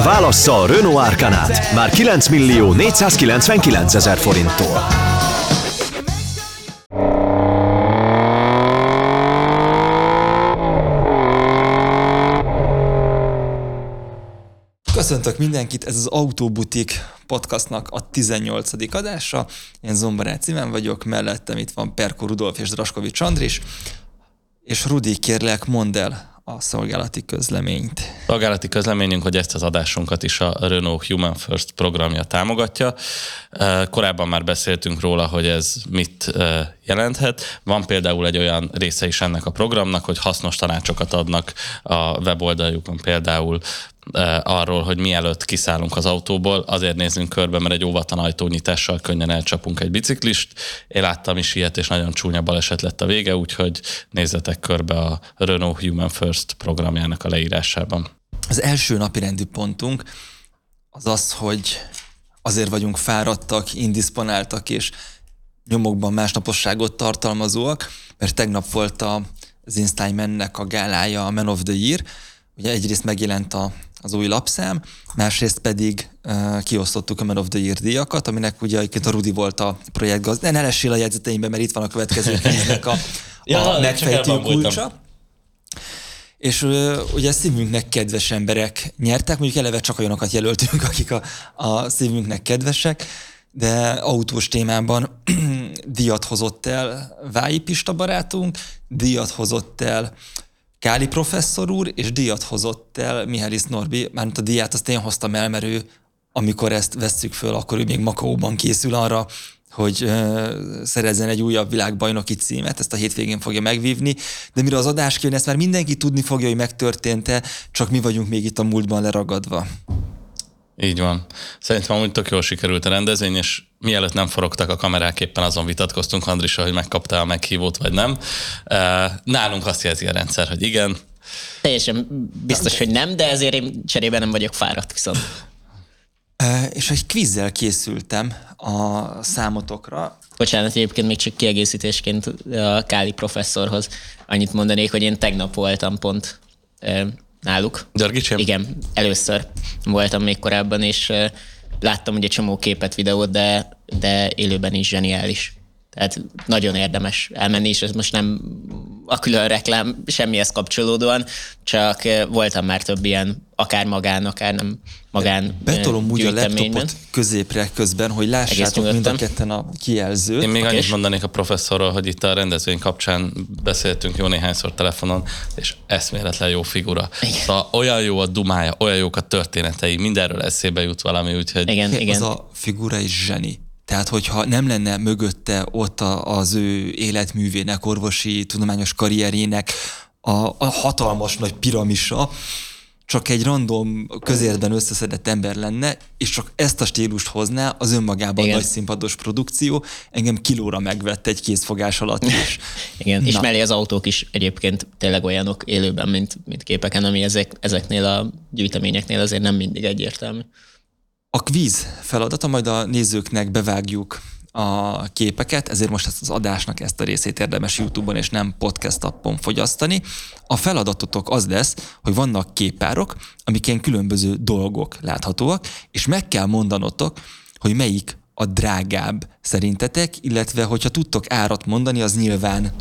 Válassza a Renault Arcanát már 9 millió 499 000 forinttól. Köszöntök mindenkit, ez az Autóbutik podcastnak a 18. adása. Én Zombarát Iván vagyok, mellettem itt van Perko Rudolf és Draskovics Andris. És Rudi, kérlek, mondd el a szolgálati közleményt. Szolgálati közleményünk, hogy ezt az adásunkat is a Renault Human First programja támogatja. Korábban már beszéltünk róla, hogy ez mit jelenthet. Van például egy olyan része is ennek a programnak, hogy hasznos tanácsokat adnak a weboldalukon például arról, hogy mielőtt kiszállunk az autóból, azért nézzünk körbe, mert egy óvatlan ajtónyitással könnyen elcsapunk egy biciklist. Én láttam is ilyet, és nagyon csúnya baleset lett a vége, úgyhogy nézzetek körbe a Renault Human First programjának a leírásában. Az első napirendi pontunk az az, hogy azért vagyunk fáradtak, indisponáltak és nyomokban másnaposságot tartalmazóak, mert tegnap volt az Installmannek a gálája, a Man of the Year. Ugye egyrészt megjelent az új lapszám, másrészt pedig kiosztottuk a Man of the Year díjakat, aminek ugye a Rudi volt a projektgazda. Ne lessél a jegyzeteimben, mert itt van a következő pénznek a megfejtő kulcsa. És ugye szívünknek kedves emberek nyertek, mondjuk eleve csak olyanokat jelöltünk, akik a szívünknek kedvesek, de autós témában díjat hozott el Vályi Pista barátunk, díjat hozott el Káli professzor úr, és díjat hozott el Mihális Norbi, mármint a díját azt én hoztam el, mert ő, amikor ezt vesszük föl, akkor ő még Makaóban készül arra, hogy szerezzen egy újabb világbajnoki címet, ezt a hétvégén fogja megvívni, de mire az adás kijön, ezt már mindenki tudni fogja, hogy megtörtént-e, csak mi vagyunk még itt a múltban leragadva. Így van. Szerintem amúgy tök jól sikerült a rendezvény, és mielőtt nem forogtak a kamerák, éppen azon vitatkoztunk Andrissal, hogy megkapta a meghívót, vagy nem. Nálunk azt jelzi a rendszer, hogy igen. Teljesen biztos, hogy nem, de ezért én cserében nem vagyok fáradt viszont. És egy kvízzel készültem a számotokra. Bocsánat, egyébként még csak kiegészítésként a Káli professzorhoz annyit mondanék, hogy én tegnap voltam pont náluk. Györgicsém? Igen, először voltam még korábban, és láttam ugye csomó képet, videót, de élőben is zseniális. Tehát nagyon érdemes elmenni, és ez most nem a külön reklám semmihez kapcsolódóan, csak voltam már több ilyen, akár magán, akár nem magán betolom úgy a laptopot középre közben, hogy lássátok mind a ketten a kijelzőt. Én még annyit mondanék a professzorról, hogy itt a rendezvény kapcsán beszéltünk jó néhányszor telefonon, és eszméletlen jó figura. Szóval olyan jó a dumája, olyan jók a történetei, mindenről eszébe jut valami, úgyhogy... Igen. Az a figura is zseni. Tehát, hogyha nem lenne mögötte ott az ő életművének, orvosi, tudományos karrierjének a hatalmas nagy piramisa, csak egy random közértben összeszedett ember lenne, és csak ezt a stílust hozná, az önmagában nagy színpados produkció, engem kilóra megvett egy kézfogás alatt is. Igen, és mellé az autók is egyébként tényleg olyanok élőben, mint képeken, ami ezeknél a gyűjteményeknél azért nem mindig egyértelmű. A kvíz feladata, majd a nézőknek bevágjuk a képeket, ezért most az adásnak ezt a részét érdemes YouTube-on és nem podcast appon fogyasztani. A feladatotok az lesz, hogy vannak képárok, amiken különböző dolgok láthatóak, és meg kell mondanotok, hogy melyik a drágább szerintetek, illetve hogyha tudtok árat mondani, az nyilván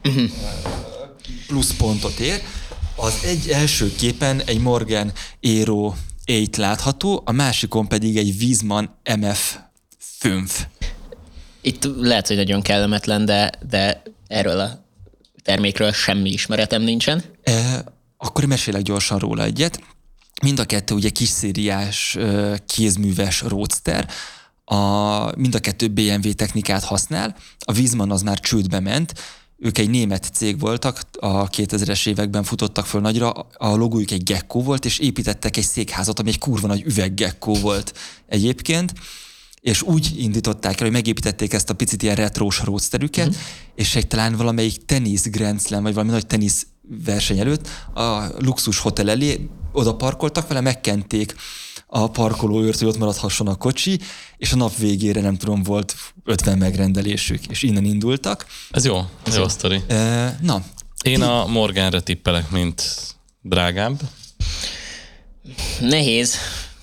plusz pontot ér. Az egy első képen egy Morgan Aero 8 látható, a másikon pedig egy Wiesmann MF5. Itt lehet, hogy nagyon kellemetlen, de erről a termékről semmi ismeretem nincsen. Akkor mesélek gyorsan róla egyet. Mind a kettő ugye kisszériás kézműves roadster, mind a kettő BMW technikát használ, a Wiesmann az már csődbe ment, ők egy német cég voltak, a 2000-es években futottak föl nagyra, a logójuk egy gekkó volt, és építettek egy székházat, ami egy kurva nagy üveggekkó volt egyébként, és úgy indították el, hogy megépítették ezt a picit ilyen retrós roadsterüket, és egy talán valamelyik tenisz Grand Slam, vagy valami nagy tenisz verseny előtt a luxus hotel elé oda parkoltak vele, megkenték a parkolóőrt, hogy ott maradhasson a kocsi, és a nap végére nem tudom, volt 50 megrendelésük, és innen indultak. Ez jó, ez jó sztori. Én a Morganre tippelek, mint drágább. Nehéz.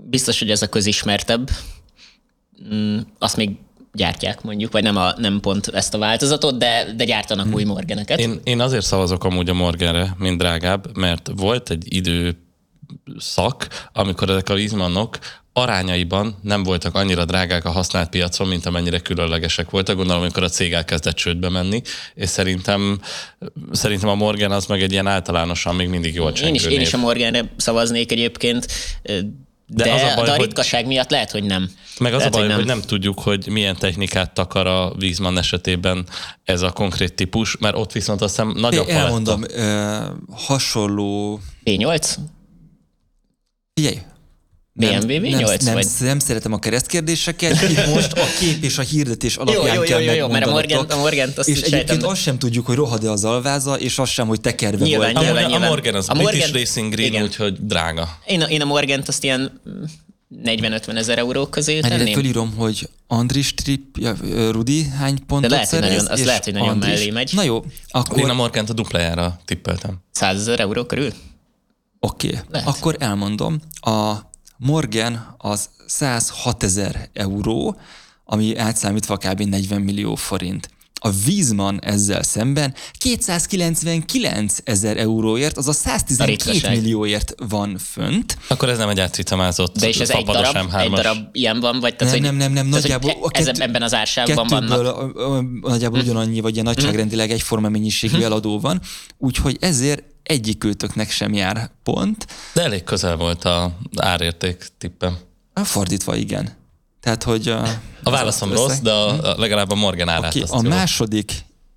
biztos, hogy ez a közismertebb. Azt még gyártják mondjuk, vagy nem pont ezt a változatot, de gyártanak új Morganeket. Én azért szavazok amúgy a Morganre, mint drágább, mert volt egy időszak, amikor ezek a Wiesmannok arányaiban nem voltak annyira drágák a használt piacon, mint amennyire különlegesek voltak. Gondolom, amikor a cég elkezdett csődbe menni, és szerintem a Morgan az meg egy ilyen általánosan még mindig jól csengő Én is a Morganre szavaznék egyébként, de az a baj, a ritkaság miatt lehet, hogy nem. Meg az lehet, a baj, hogy nem tudjuk, hogy milyen technikát takar a Wiesmann esetében ez a konkrét típus, mert ott viszont azt hiszem nagyobb paletta. Elmondom, hasonló... V8? Figyelj! BMW V8? Nem szeretem a keresztkérdéseket, itt most a kép és a hirdetés alapján kell megmondanatok. Mert a Morgant azt és egyébként sejtem. azt sem tudjuk, hogy rohad-e az alváza, és azt sem, hogy tekerve Nyilván, volt. A Morgan az British Racing Green, igen. úgyhogy drága. Én a Morgant azt ilyen 40-50 ezer eurók közé tenném. Fölírom, hogy Andris Rudi hány pontot de szerez, lehet, hogy nagyon mellé megy. Na jó, akkor... Én a Morgant a duplájára tippeltem. 100 000 euró körül? Oké, akkor elmondom. A Morgan az 106 000 euró, ami átszámítva kb. 40 millió forint. A Wiesmann ezzel szemben 299 000 euróért, azaz 112 millióért van fönt. Akkor ez nem egy átcicamázott de és ez egy darab ilyen van? Vagy nem, nagyjából ebben az ársávban vannak. Nagyjából ugyanannyi, vagy ilyen nagyságrendileg egyforma mennyiségű eladó van, úgyhogy ezért egyikőtöknek sem jár pont. De elég közel volt az árérték tippem. Fordítva, igen. Tehát, hogy... A válaszom rossz, de legalább a Morgan árát azt a második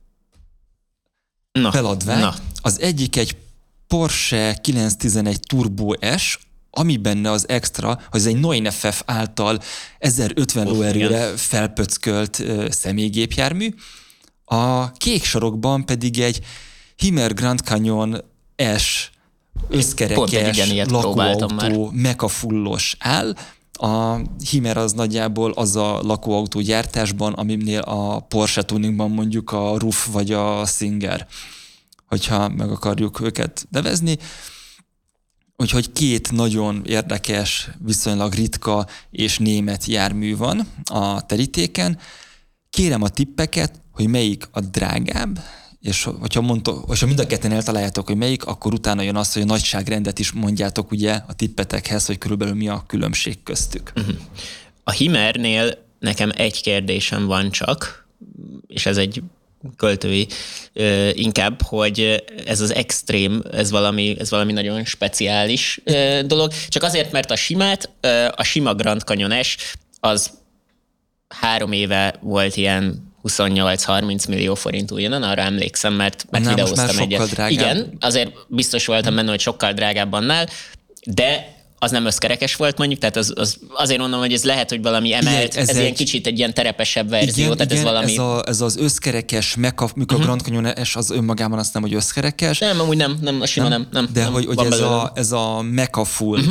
feladvány, az egyik egy Porsche 911 Turbo S, ami benne az extra, hogy ez egy 9FF által 1050 lóerőre felpöckölt személygépjármű. A kék sarokban pedig egy Himmer Grand Canyon S összkerekes lakóautó mekafullos áll. A Himmer az nagyjából az a lakóautó gyártásban, aminél a Porsche tuningban mondjuk a Ruf vagy a Singer, hogyha meg akarjuk őket nevezni. Úgyhogy két nagyon érdekes, viszonylag ritka és német jármű van a terítéken. Kérem a tippeket, hogy melyik a drágább, és hogyha mind a ketten eltaláljátok, hogy melyik, akkor utána jön az, hogy a nagyságrendet is mondjátok ugye a tippetekhez, hogy körülbelül mi a különbség köztük. A Himmernél nekem egy kérdésem van csak, és ez egy költői inkább, hogy ez az extrém, ez valami nagyon speciális dolog. Csak azért, mert a sima Grand Canyon S, az 3 éve volt ilyen 28-30 millió forint újonnan, arra emlékszem, mert videóztam egyet. Drágább. Igen, azért biztos voltam benne, hogy sokkal drágább annál, de az nem összkerekes volt mondjuk, tehát azért mondom, hogy ez lehet, hogy valami emelt, ez ilyen kicsit egy ilyen terepesebb verzió, igen, tehát igen, ez valami... Ez az összkerekes, mikor a Grand Canyon S az önmagában azt nem, hogy összkerekes. Nem, amúgy nem, a sima nem. De hogy ez a Mecha Full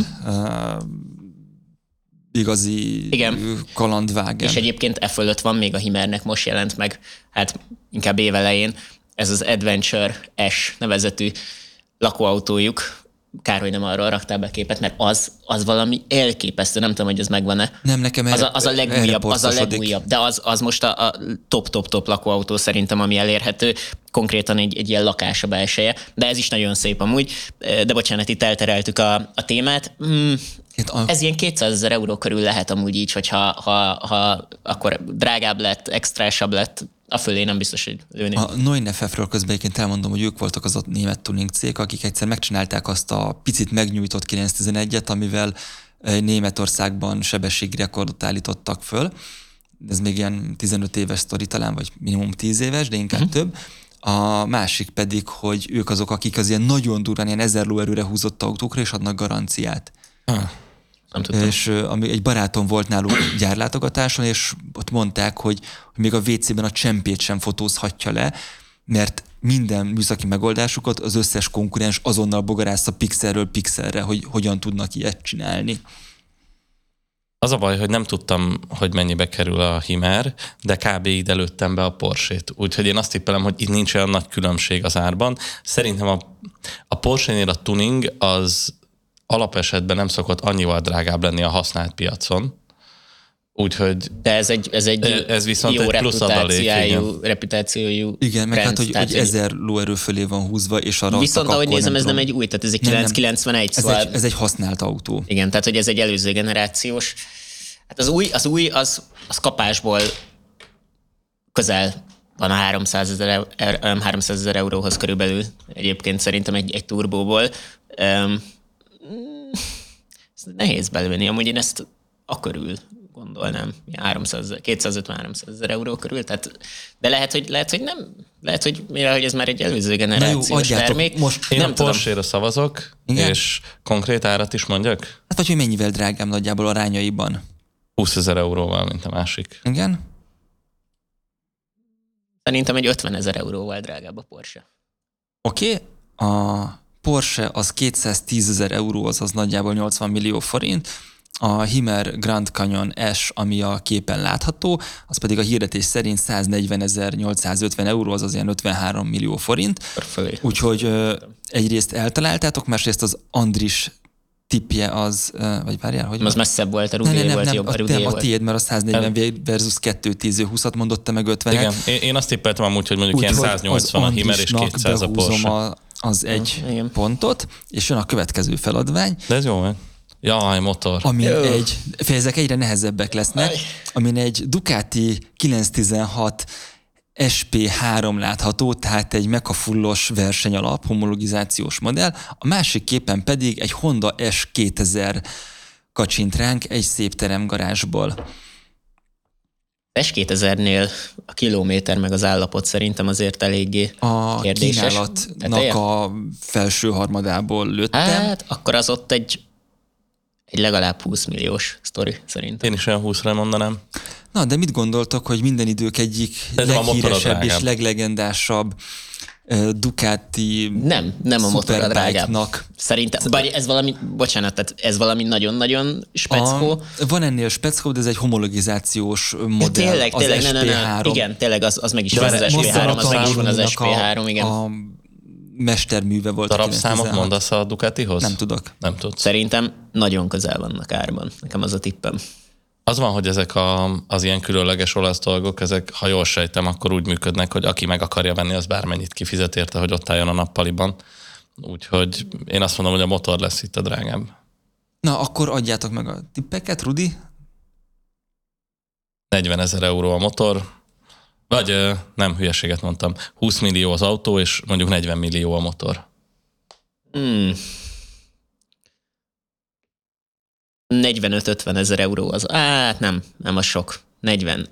igazi kalandvágen. És egyébként e fölött van még a Himmernek, most jelent meg, hát inkább évelején, ez az Adventure S nevezetű lakóautójuk. Kár, hogy nem arról raktál be képet, mert az valami elképesztő, nem tudom, hogy ez megvan-e. Nem, nekem az a legújabb, de az most a top lakóautó szerintem, ami elérhető, konkrétan egy ilyen lakás a belseje, de ez is nagyon szép amúgy, de bocsánat, itt eltereltük a témát. Ez ilyen 200 000 euró körül lehet amúgy így, hogyha akkor drágább lett, extrásabb lett, a fölé nem biztos, hogy lőni. A 9FF-ről közben egyébként elmondom, hogy ők voltak az a német tuning cég, akik egyszer megcsinálták azt a picit megnyújtott 911-et, amivel Németországban sebességrekordot állítottak föl. Ez még ilyen 15 éves sztori talán, vagy minimum 10 éves, de inkább több. A másik pedig, hogy ők azok, akik az ilyen nagyon durván, ilyen 1000 lóerőre húzott autókra, és adnak garanciát. Nem tudtam. És egy barátom volt náluk gyárlátogatáson, és ott mondták, hogy még a WC-ben a csempét sem fotózhatja le, mert minden műszaki megoldásukat az összes konkurens azonnal bogarásza pixelről pixelre, hogy hogyan tudnak ilyet csinálni. Az a baj, hogy nem tudtam, hogy mennyibe kerül a Himmer, de kb. Ide lőttem be a Porsche-t. Úgyhogy én azt tippelem, hogy itt nincs olyan nagy különbség az árban. Szerintem a Porsche-nél a tuning az alapesetben nem szokott annyival drágább lenni a használt piacon. Úgyhogy De ez viszont jó egy plusz reputációjú Igen, meg trend, hát, hogy tehát, 1000 lóerő fölé van húzva, és arra viszont ahogy akkor nézem, ez nem tudom. egy új, tehát ez egy Nem, nem. 991, szóval... Ez egy használt autó. Igen, tehát hogy ez egy előző generációs. Hát az új az kapásból közel van a 300 000 euróhoz körülbelül egyébként szerintem egy turbóból. Ez nehéz belőni, amúgy én ezt a körül gondolnám, 250-300 000 euró körül, tehát, de lehet, hogy nem, lehet, hogy mivel hogy ez már egy előző generációs termék. Most én nem a tudom. Porsche-ra szavazok, Igen? és konkrét árat is mondjak? Hát vagy, hogy mennyivel drágább nagyjából arányaiban. 20 000 euróval, mint a másik. Igen? Szerintem egy 50 000 euróval drágább a Porsche. Oké. A Porsche az 210 000 euró, azaz nagyjából 80 millió forint. A Hymer Grand Canyon S, ami a képen látható, az pedig a hirdetés szerint 140 850 euró, azaz ilyen 53 millió forint. Fölé. Úgyhogy egyrészt eltaláltátok, másrészt az Andris tippje az, vagy várjál, hogy... Az messzebb volt, a Rudié volt jobb, a Rudié a volt. tiéd, mert a 140 versus 210, 20-at mondott te meg 50-et. Igen, én azt tippeltem amúgy, hogy mondjuk ilyen 180 a Hymer és 200 a Porsche. Az egy igen. pontot, és jön a következő feladvány, De ez jó, meg? Jaj, motor. amin ezek egyre nehezebbek lesznek, amin egy Ducati 916 SP3 látható, tehát egy mekafullos versenyalap, homologizációs modell, a másik képen pedig egy Honda S2000 kacsint ránk egy szép teremgarázsból. S2000-nél a kilométer meg az állapot szerintem azért eléggé A kérdéses. kínálatnak a felső harmadából lőttem. Hát, akkor az ott egy legalább 20 milliós sztori szerintem. Én is olyan 20-ra mondanám. Na, de mit gondoltok, hogy minden idők egyik Ez a motor a leghíresebb és drágább. leglegendásabb Ducati Nem a motor a drágább. Superbike-nak? Szerintem, vagy ez valami, bocsánat, tehát ez valami nagyon-nagyon speckó. Van ennél speckó, de ez egy homologizációs modell. Tényleg, az SP3. SP3. Igen, tényleg az meg is van az SP3, az meg is van az SP3, igen. A mesterműve volt. Darabszámot 916. mondasz a Ducatihoz? Nem tudok. Nem tudsz. Szerintem nagyon közel vannak árban. Nekem az a tippem. Az van, hogy ezek az ilyen különleges olasz dolgok, ezek, ha jól sejtem, akkor úgy működnek, hogy aki meg akarja venni, az bármennyit kifizet érte, hogy ott álljon a nappaliban. Úgyhogy én azt mondom, hogy a motor lesz itt a drágább. Na, akkor adjátok meg a tippeket, Rudi. 40 000 euró a motor, vagy nem, hülyeséget mondtam, 20 millió az autó, és mondjuk 40 millió a motor. 45-50 000 euró az. Nem az sok. 40.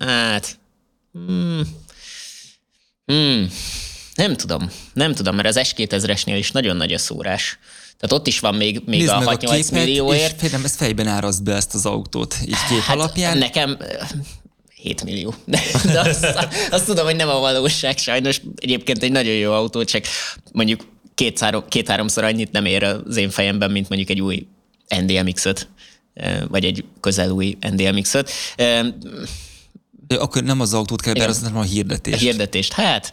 Nem tudom, mert az S2000-esnél is nagyon nagy a szórás. Tehát ott is van még Nézd a meg 6-8 képet, millióért. és ezt fejben árazd be ezt az autót, így kép alapján. Nekem 7 millió. De azt tudom, hogy nem a valóság sajnos. Egyébként egy nagyon jó autó, csak mondjuk két-háromszor annyit nem ér az én fejemben, mint mondjuk egy új NDMX-öt, vagy egy közel új NDMX-öt. Akkor nem az autót kell beárazni, hanem a hirdetést. A hirdetést, hát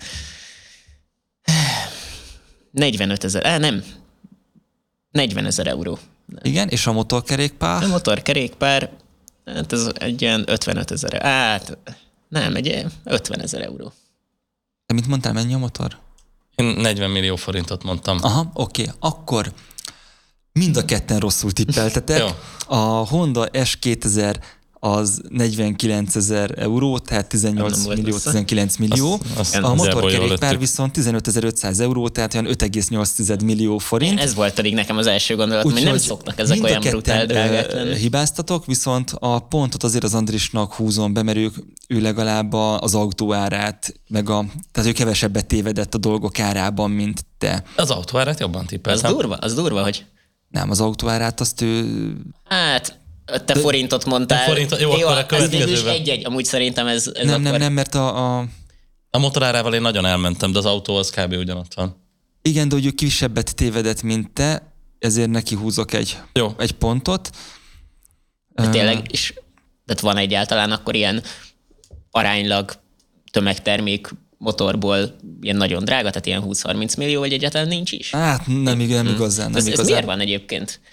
45 000, nem, 40 000 euró. Igen, és a motorkerékpár? A motorkerékpár, hát ez egy ilyen 55 000, nem, egy 50 000 euró. Te mit mondtál, mennyi a motor? Én 40 millió forintot mondtam. Aha, oké. Akkor mind a ketten rosszul tippeltetek. Jó. A Honda S2000 az 49 000 euró, tehát 18 Nem volt millió, össze. 19 millió. Azt A nagyjából jól motorkerékpár lőttük. viszont 15 500 euró, tehát olyan 5,8 millió forint. Ez volt pedig nekem az első gondolatom, hogy nem szoknak ezek olyan brutál drágák lenni. Hibáztatok, viszont a pontot azért az Andrisnak húzom be, mert ő legalább az autó árát, tehát ő kevesebbet tévedett a dolgok árában, mint te. Az autóárát jobban Az tippeltem. durva, hogy Nem, az autó árát azt ő... hát te forintot mondtál. Forintot, jó, akkor a ez végül is következőben. egy-egy, amúgy szerintem ez Nem, akkor... nem, mert A motorárával én nagyon elmentem, de az autó az kb. Ugyanott van. igen, de hogy ő kisebbet tévedett, mint te, ezért neki húzok egy pontot. De tényleg, és tehát van egyáltalán akkor ilyen aránylag tömegtermék motorból ilyen nagyon drága, tehát ilyen 20-30 millió, vagy egyáltalán nincs is? Hát nem igazán. Ez miért van egyébként?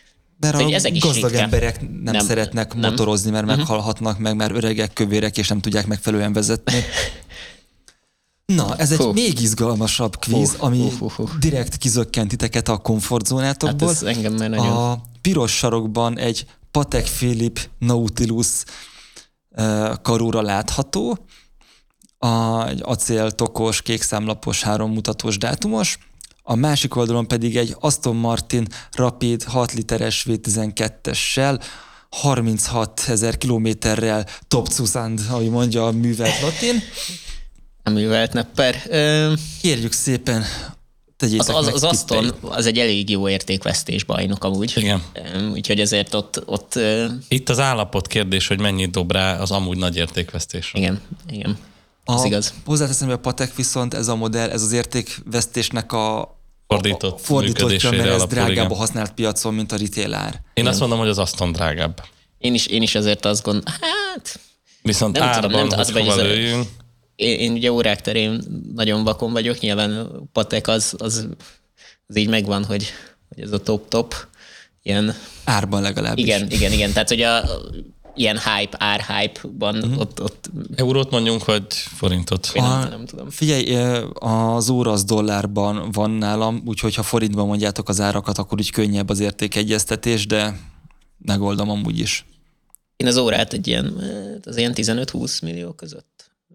Mert Hogy a ezek is gazdag ritkán. emberek nem szeretnek nem. motorozni, mert meghalhatnak meg, mert öregek, kövérek, és nem tudják megfelelően vezetni. Na, ez egy még izgalmasabb kvíz, ami direkt kizökkent titeket a komfortzónátokból. Hát ez engem már nagyon... A piros sarokban egy Patek Philippe Nautilus karóra látható, egy acéltokos, kékszámlapos, 3 mutatós dátumos, a másik oldalon pedig egy Aston Martin Rapid 6 literes V12-essel, 36 000 kilométerrel top Zusand, ahogy mondja a művelt latin. A művelt nepper. Kérjük szépen, tegyétek meg Az Aston az egy elég jó értékvesztés bajnok amúgy. Igen. Úgyhogy ezért ott Itt az állapot kérdés, hogy mennyit dob rá az amúgy nagy értékvesztésre. igen. Ez igaz. Hozzáteszem, hogy a Patek viszont ez a modell, ez az értékvesztésnek a Fordított fordítottja, mert működésére ez alapul, drágább igen. a használt piacon, mint a retail ár. Én azt mondom, hogy az Aston drágább. Én is azért azt gondolom, hát Viszont Nem tudom, árban, az hogy vagy hova az- lőjünk, én ugye órák terén nagyon vakon vagyok, nyilván a Patek az így megvan, hogy ez a top, ilyen, Árban legalábbis. igen, tehát hogy ilyen ár-hype-ban ott eurót mondjunk, vagy forintot? én nem tudom. Figyelj, az óra az dollárban van nálam, úgyhogy ha forintban mondjátok az árakat, akkor úgy könnyebb az értékegyeztetés, de megoldom amúgy is. Én az órát egy ilyen, az ilyen 15-20 millió között.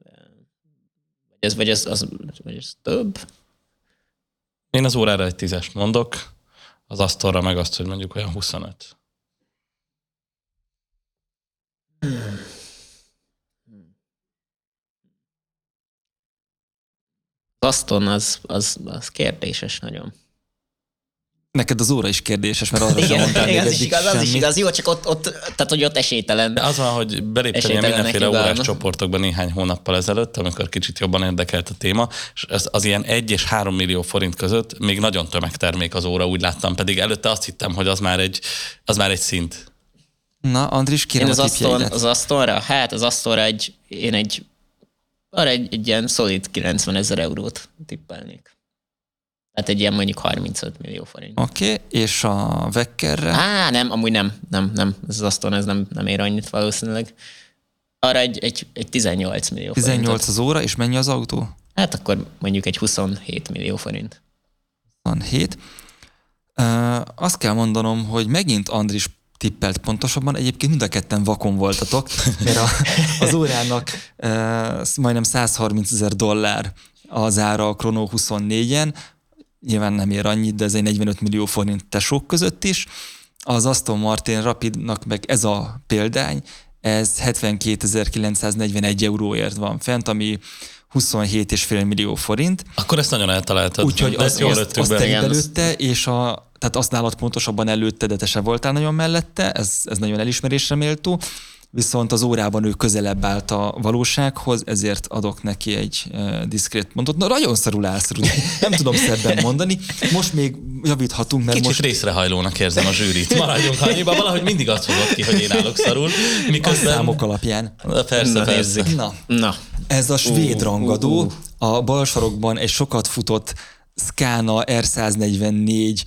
Vagy ez több? Én az órára egy 10-est mondok, az asztalra meg azt, hogy mondjuk olyan 25. Az Aston az kérdéses nagyon. Neked az óra is kérdéses, mert arra sem mondtál még az is eddig igaz, az is semmit. igaz. Jó, csak ott tehát hogy ott esélytelen. De az van, hogy beléptem ilyen Esélytelenek mindenféle nyilván. órás csoportokban néhány hónappal ezelőtt, amikor kicsit jobban érdekelt a téma, és az ilyen 1 és 3 millió forint között még nagyon tömegtermék az óra, úgy láttam, pedig előtte azt hittem, hogy az már egy szint. Na, Andris, kérem Én a tippjeidet. az Astonra, az Astonra egy ilyen szolid 90 000 eurót tippelnék. Tehát egy ilyen mondjuk 35 millió forint. Oké, és a Veckerre? Nem, amúgy nem. Ez az Aston, ez nem ér annyit valószínűleg. Arra egy 18 millió 18 forintot. az óra, és mennyi az autó? Hát akkor mondjuk egy 27 millió forint. 27. Azt kell mondanom, hogy megint Andris tippelt pontosabban, egyébként mind a ketten vakon voltatok, mert az órának majdnem 130 000 dollár az ára a Chrono 24-en, nyilván nem ér annyit, de ez egy 45 millió forint tesók között is. Az Aston Martin Rapidnak meg ez a példány, ez 72.941 euróért van fent, ami 27,5 millió forint. Akkor ezt nagyon eltaláltad. Úgyhogy De ezt jól lőttük azt be. te Igen. előtte, és tehát azt nálad pontosabban előtte, de te se voltál nagyon mellette, ez nagyon elismerésre méltó, viszont az órában ő közelebb állt a valósághoz, ezért adok neki egy diszkrét pontot. Na, nagyon szarul állsz, Rudi. Nem tudom szebben mondani. Most még javíthatunk, mert Kicsit most... részrehajlónak érzem a zsűrit. Maradjunk annyiban, valahogy mindig azt hozott ki, hogy én állok szarul. A Miközben... számok alapján. Persze. Na, ez a svéd rangadó, a bal sarokban egy sokat futott Scana R144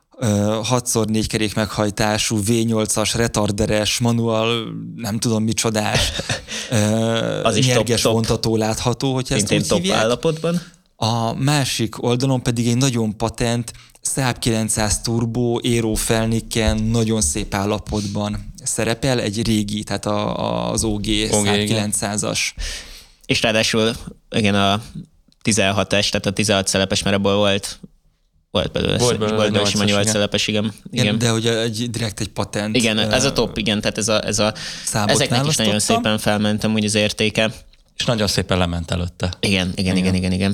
6x4 kerék meghajtású V8-as, retarderes, manual, nem tudom micsodás, Az is nyerges top. vontató látható, hogy ezt Szintén úgy top hívják. állapotban. A másik oldalon pedig egy nagyon patent Saab 900 Turbo Aero Felniken nagyon szép állapotban szerepel, egy régi, tehát az OG Saab igen. 900-as. És ráadásul igen a 16-es, tehát a 16 szelepes, mert abból volt belőle Volt sima 8-as, 8 igen. szelepes, igen. De hogy direkt egy patent. Igen, ez a top, igen, tehát Számot ezeknek is nagyon választottam. szépen felmentem úgy az értéke. És nagyon szépen lement előtte. Igen.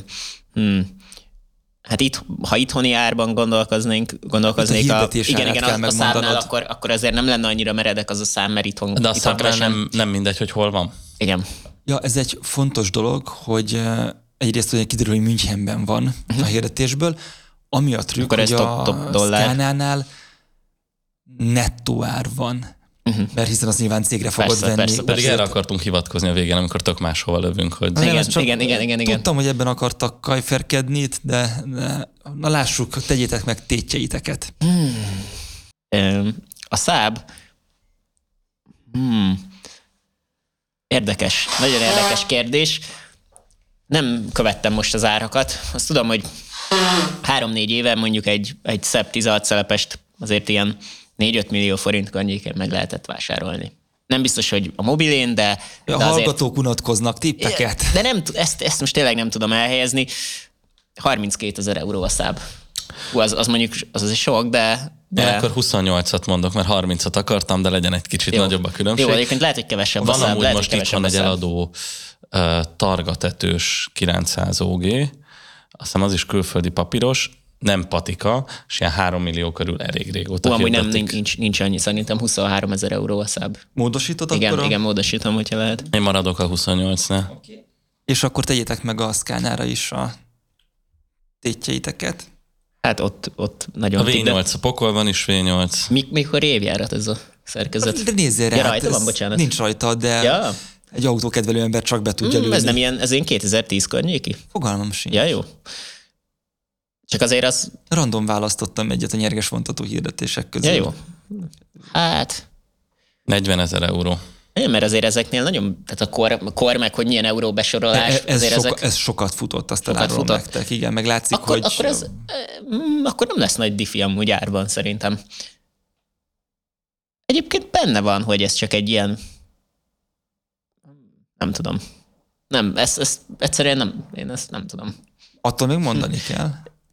Hát itt, ha itthoni árban gondolkoznék hirdetés árát kell a számnál, megmondanod. akkor azért nem lenne annyira meredek az a szám, mert itthon De a itthon számnál keresem. nem mindegy, hogy hol van. Igen. Ja, ez egy fontos dolog, hogy egyrészt ugye kiderül, hogy Münchenben van a hirdetésből, ami a trükk, Akkor ez hogy top a dollár. Scánánál nettó ár van. Mert hiszen az nyilván cégre fogod Persze, venni. persze, Pedig persze. erre akartunk hivatkozni a végén, amikor tök máshova lövünk, hogy Nem, Igen, ez csak igen. Tudtam, hogy ebben akartak kajferkedni itt, de na lássuk, tegyétek meg tétjeiteket. A Saab, érdekes, nagyon érdekes kérdés. Nem követtem most az árakat. Azt tudom, hogy 3-4 éve mondjuk egy szebb 16 szelepest azért ilyen 4-5 millió forint környékén meg lehetett vásárolni. Nem biztos, hogy a mobilén, de A hallgatók unatkoznak tippeket. De nem, ezt most tényleg nem tudom elhelyezni. 32 000 euró a Saab. Az mondjuk az egy sok, de... Én akkor 28-at mondok, mert 30-at akartam, de legyen egy kicsit nagyobb a különbség. Jó, egyébként lehet, hogy kevesebb van a Saab. amúgy most itt van egy eladó targatetős 900 OG, azt hiszem az is külföldi papíros, nem patika, és ilyen 3 millió körül elég régóta amúgy hirdetik. nincs annyi, szerintem 23 000 euró a Saab. Módosítod Igen, akkor? igen, módosítom, hogyha lehet. Én maradok a 28-nál. És akkor tegyétek meg a Scania-ra is a tétjeiteket. Hát ott nagyon... A V8, a Pokolban is V8. Mikor évjárat ez a szerkezet? De nézzél rá, Ja, rajta van, bocsánat. Nincs rajta, de Ja. egy autókedvelő ember csak be tudja lőni. Ez nem ilyen, ez ilyen 2010 környéki? Fogalmam sincs. Ja, jó. Csak azért az... Random választottam egyet a nyerges vontató hirdetések közül. Ja, jó. Hát... 40 000 euró. Igen, mert azért ezeknél nagyon, tehát a kor meg, hogy milyen euró besorolás, Ez sokat futott, azt Sokat elárulom futott. nektek. Igen, meg látszik, akkor, hogy... akkor nem lesz nagy diffi amúgy árban szerintem. Egyébként benne van, hogy ez csak egy ilyen, nem tudom. Nem, ezt egyszerűen nem, én ezt nem tudom. Attól még mondani kell.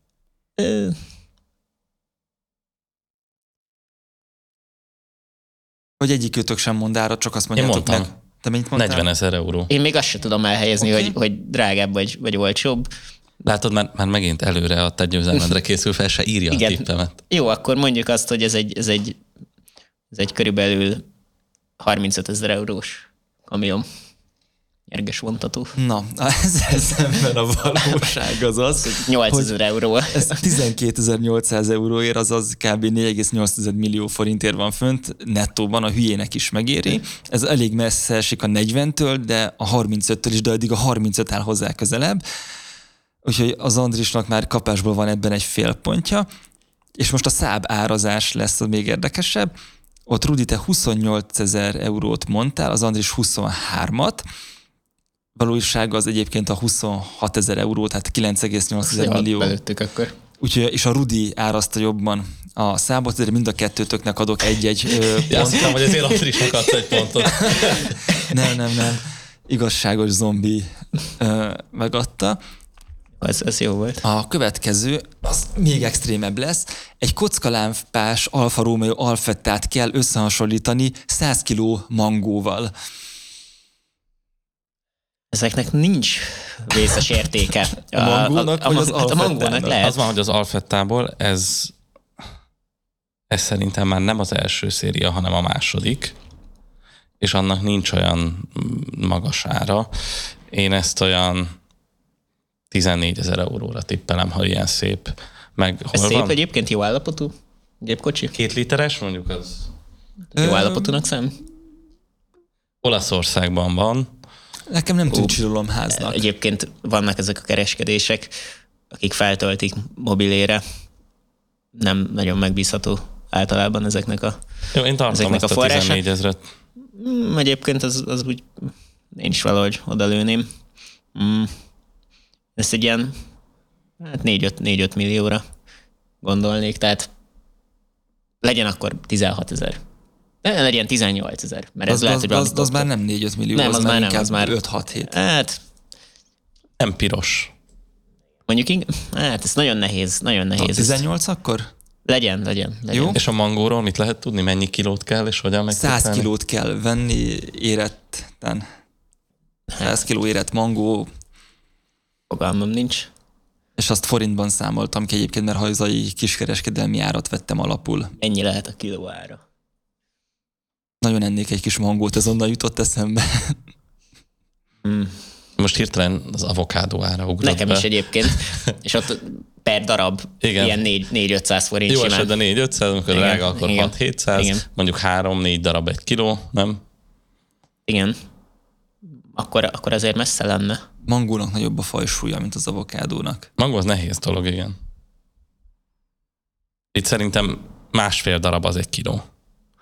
Hogy egyikőtök sem mond árat, csak azt mondjátok mondtam. meg. Te mennyit mondtál? 40 000 euró. Én még azt sem tudom elhelyezni, Oké. hogy drágább vagy olcsóbb. Látod, már megint előre a te győzelmedre készül fel, se írja Igen. a tippemet. Jó, akkor mondjuk azt, hogy ez egy körülbelül 35 000 eurós kamion. Nyerges vontató. Na, ezzel szemben a valóság az az, 8000 euró. ez 12.800 euróért, azaz kb. 4,8 millió forintért van fönt, nettóban a hülyének is megéri. Ez elég messze esik a 40-től, de a 35-től is, de addig a 35 áll hozzá közelebb. Úgyhogy az Andrisnak már kapásból van ebben egy fél pontja. És most a Saab árazás lesz a még érdekesebb. Ott Rudi, te 28 000 eurót mondtál, az Andris 23-at. Valóság az egyébként a 26 000 euró, tehát 9,8 millió. Belőttük akkor. Úgyhogy, és a Rudi árazta jobban a Saabot, de mind a kettőtöknek adok egy-egy Ja, azt pont. hittem, hogy azért Andrisnak adsz egy pontot. Nem. Igazságos zombi megadta. Ez jó volt. A következő, az még extrémebb lesz. Egy kockalámpás Alfa Romeo Alfettát kell összehasonlítani 100 kg mangóval. Ezeknek nincs vészes értéke. A mangónak vagy az a mangónak Alfettának? lehet. Az van, hogy az Alfettából ez szerintem már nem az első széria, hanem a második, és annak nincs olyan magas ára. Én ezt olyan 14 000 euróra tippelem, ha ilyen szép. Meg Ez hol szép van? egyébként, jó állapotú gépkocsi? 2 literes mondjuk az Jó állapotúnak szám? Olaszországban van. Nekem nem tűnt csirolomháznak. Egyébként vannak ezek a kereskedések, akik feltöltik mobilére. Nem nagyon megbízható általában ezeknek a... Jó, én tartom Ezeknek ezt a a forrása? 14 000-et. Egyébként az úgy én is valahogy odalőném. Ezt egy ilyen 4-5 millióra gondolnék, tehát legyen akkor 16 000. Legyen 18 000, mert ez lehet, hogy az már nem 4-5 millió, Nem, az, az már már nem, inkább az már- 5-6-7. Hát Nem piros. mondjuk, hát ez nagyon nehéz. 18 akkor? Legyen. Jó. És a mangóról mit lehet tudni? Mennyi kilót kell, és hogyan 100 megtippelni? kilót kell venni éretten. 100 kiló érett mangó, Fogalmam nincs. és azt forintban számoltam ki egyébként, mert hazai kiskereskedelmi árat vettem alapul. Ennyi lehet a kiló ára. Nagyon ennék egy kis mangót, ez onnan jutott eszembe. Most hirtelen az avokádó ára ugrott Nekem be. is egyébként. És ott per darab Igen. ilyen 4-500 forint Jó simán. esetben 4-500, amikor Igen, drága, akkor igen. 6-700, Igen. mondjuk 3-4 darab egy kiló, nem? Igen. Akkor azért messze lenne. Mangónak nagyobb a fajsúlya, mint az avokádónak. Mangó az nehéz dolog, igen. Itt szerintem 1,5 darab az egy kiló.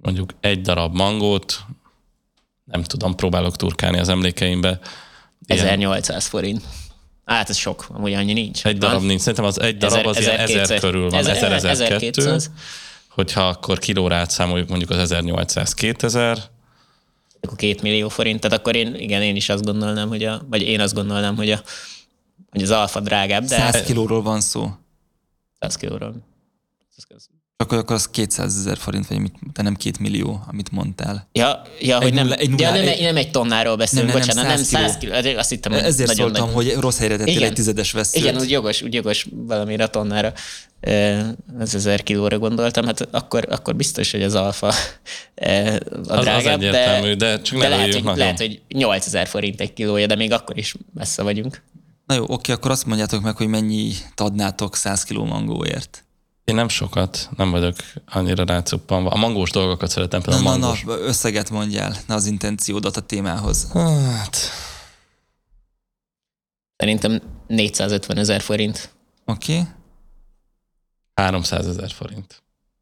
mondjuk egy darab mangót, nem tudom, próbálok turkálni az emlékeimbe. 1800 forint. Hát ez sok, amúgy annyi nincs. Egy darab nincs. Szerintem az egy darab az ilyen 1000 körül van. 1000-1200. Hogyha akkor kilóra átszámoljuk mondjuk az 1800-2000. Akkor 2 millió forint. Tehát akkor én is azt gondolnám, hogy az Alfa drágább, de... 100 kilóról van szó. 100 kilóról. Akkor az 200 000 forint, vagy de nem 2 millió, amit mondtál. Ja, hogy nem egy tonnáról beszélünk, bocsánat, nem 100 kiló. Azt hittem, hogy ezért nagyon szóltam, nagy. hogy rossz helyre tettél egy tizedes veszőt. Igen, úgy jogos valamire a tonnára. Az 1000 kilóra gondoltam, hát akkor biztos, hogy az Alfa a drágább, az egyértelmű, de csak ne lehet, hogy 8000 forint egy kilója, de még akkor is messze vagyunk. Na jó, oké, akkor azt mondjátok meg, hogy mennyit adnátok 100 kiló mangóért. Én nem sokat, nem vagyok annyira rácuppanva. A mangós dolgokat szeretem, például a mangós. Na, összeget mondjál, ne az intenciódat a témához. Hát... Szerintem 450 000 forint. Oké. 300 000 forint.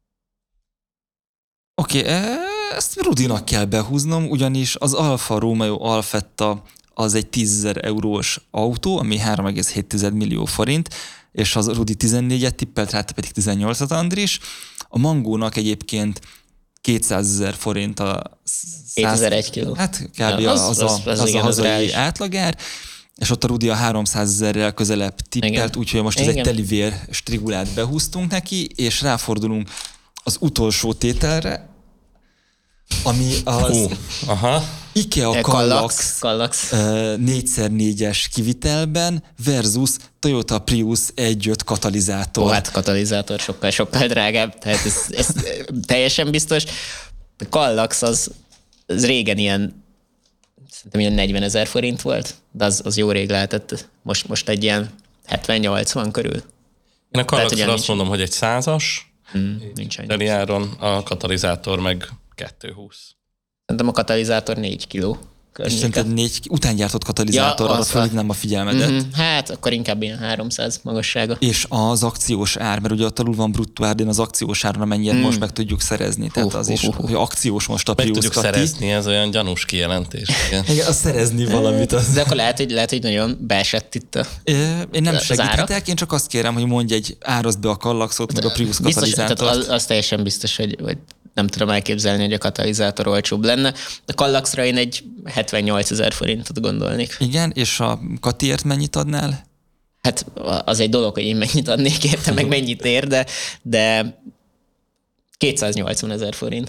Oké, ezt Rudinak kell behúznom, ugyanis az Alfa Romeo Alfetta az egy 10 000 eurós autó, ami 3,7 millió forint, és az Rudi 14-et tippelt rá, te pedig 18-at, Andris. A Mangónak egyébként 200 000 forint a 2001 kiló. Hát kb. Az a hazai átlagár, és ott a Rudi a 300 000-rel közelebb tippelt, úgyhogy most ez egy telivér strigulát behúztunk neki, és ráfordulunk az utolsó tételre, ami az IKEA Kallax 4x4-es kivitelben versus Toyota Prius 1.5 katalizátor. Hát katalizátor sokkal drágább, tehát ez teljesen biztos. A Kallax az régen szerintem ilyen 40 000 forint volt, de az jó rég lehetett. Most egy ilyen 70-80 körül. Én a Kallaxra azt mondom, hogy egy 100-as, nincs annyi. Teliáron, a katalizátor meg 220. Szerintem a katalizátor 4 kiló. És szerinted 4 utángyártott katalizátorra fölhívnám a figyelmedet. Hát akkor inkább ilyen 300 magassága. És az akciós ár, mert ugye ott alul van bruttó ár, de az akciós áron amennyire most meg tudjuk szerezni. Tehát az is, hogy akciós most a Prius meg tudjuk szerezni, ez olyan gyanús kijelentés. Igen, az szerezni valamit. Az. De akkor lehet, hogy nagyon beesett itt én nem segíthetek, én csak azt kérem, hogy mondj egy árazd be a Kallaxot, meg a Prius katalizátort. Az teljesen biztos, hogy nem tudom elképzelni, hogy a katalizátor olcsóbb lenne. A Kallaxra én egy 78 000 forintot gondolnék. Igen, és a Katiért mennyit adnál? Hát az egy dolog, hogy én mennyit adnék érte, meg mennyit ér, de 280 000 forint.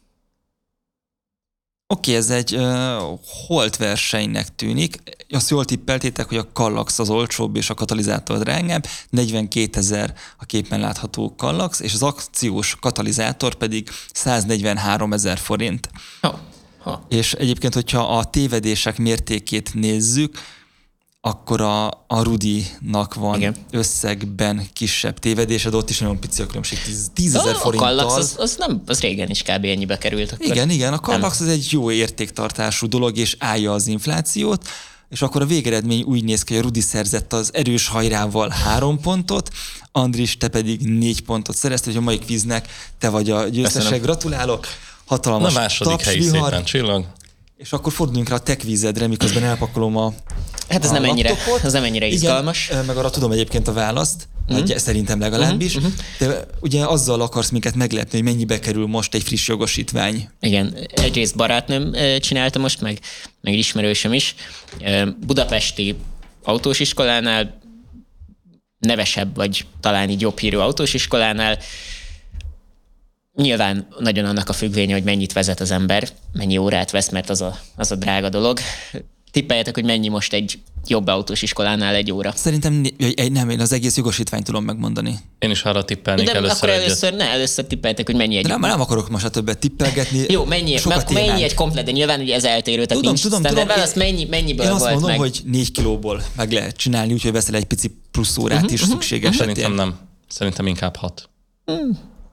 Oké, ez egy holt versenynek tűnik. Azt jól tippeltétek, hogy a Kallax az olcsóbb és a katalizátor drágább, 42 000 a képen látható Kallax, és az akciós katalizátor pedig 143 000 forint. És egyébként, hogyha a tévedések mértékét nézzük, akkor a Rudinak van összegben kisebb tévedése, de ott is nagyon pici a különbség, 10 000 forinttal. A Kallax az régen is kb. Ennyibe került. Akkor igen, a Kallax az egy jó értéktartású dolog, és állja az inflációt, és akkor a végeredmény úgy néz ki, hogy a Rudi szerzett az erős hajrával 3 pontot, Andris, te pedig 4 pontot szereztél, hogy a mai kvíznek te vagy a győztesek. Gratulálok! Hatalmas második helyi szépen csillag. És akkor forduljunk rá a te kvízedre, miközben elpakolom a Hát ez nem ennyire izgalmas. Igen, meg arra tudom egyébként a választ, szerintem legalábbis. De ugye azzal akarsz minket meglepni, hogy mennyibe kerül most egy friss jogosítvány. Igen, egyrészt barátnőm csinálta most, meg ismerősöm is. Budapesti autós iskolánál, nevesebb, vagy talán így jobb hírű autós iskolánál. Nyilván nagyon annak a függvénye, hogy mennyit vezet az ember, mennyi órát vesz, mert az a drága dolog. Tippeljetek, hogy mennyi most egy jobb autós iskolánál egy óra. Szerintem nem, én az egész jogosítványt tudom megmondani. Én is arra tippelnék először. Akkor először tippeljetek, hogy mennyi egy. De nem akarok most a többet tippelgetni. Jó, mennyi egy komplet, de nyilván ugye ez eltérő, tehát tudom. Válasz, mennyiből én azt volt mondom, meg? hogy 4 kilóból meg lehet csinálni, úgyhogy veszel egy pici plusz órát is szükséges. Szerintem nem. Szerintem inkább 6.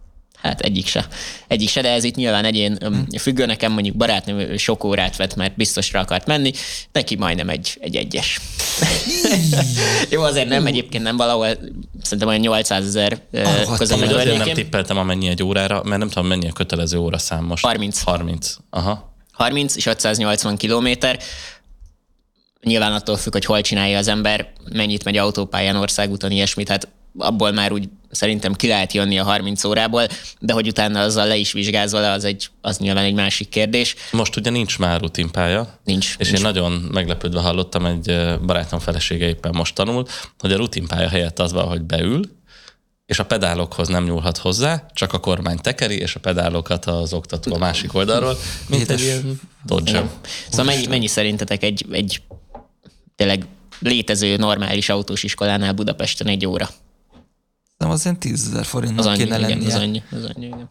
Hát egyik se, de ez itt nyilván egyén függő. Nekem mondjuk barátnőm sok órát vett, mert biztosra akart menni, neki majdnem egy egyes. Jó, azért nem, egyébként nem valahol, szerintem olyan 800 000 közül. Azért nem tippeltem amennyi egy órára, mert nem tudom mennyi a kötelező óraszám most. 30. Aha. 30 és 580 kilométer. Nyilván attól függ, hogy hol csinálja az ember, mennyit megy autópályán, országúton, ilyesmit, hát abból már úgy szerintem ki lehet jönni a 30 órából, de hogy utána azzal le is vizsgázol, az nyilván egy másik kérdés. Most ugye nincs már rutinpálya. Nincs. És én nagyon meglepődve hallottam, egy barátom felesége éppen most tanul, hogy a rutinpálya helyett az van, hogy beül, és a pedálokhoz nem nyúlhat hozzá, csak a kormány tekeri, és a pedálokat az oktató a másik oldalról, mint egy ilyen Dodge. Szóval mennyi szerintetek egy tényleg létező normális autós iskolánál Budapesten egy óra? Nem, az ilyen 10 000 forintnak kéne lennie. Az annyi, igen.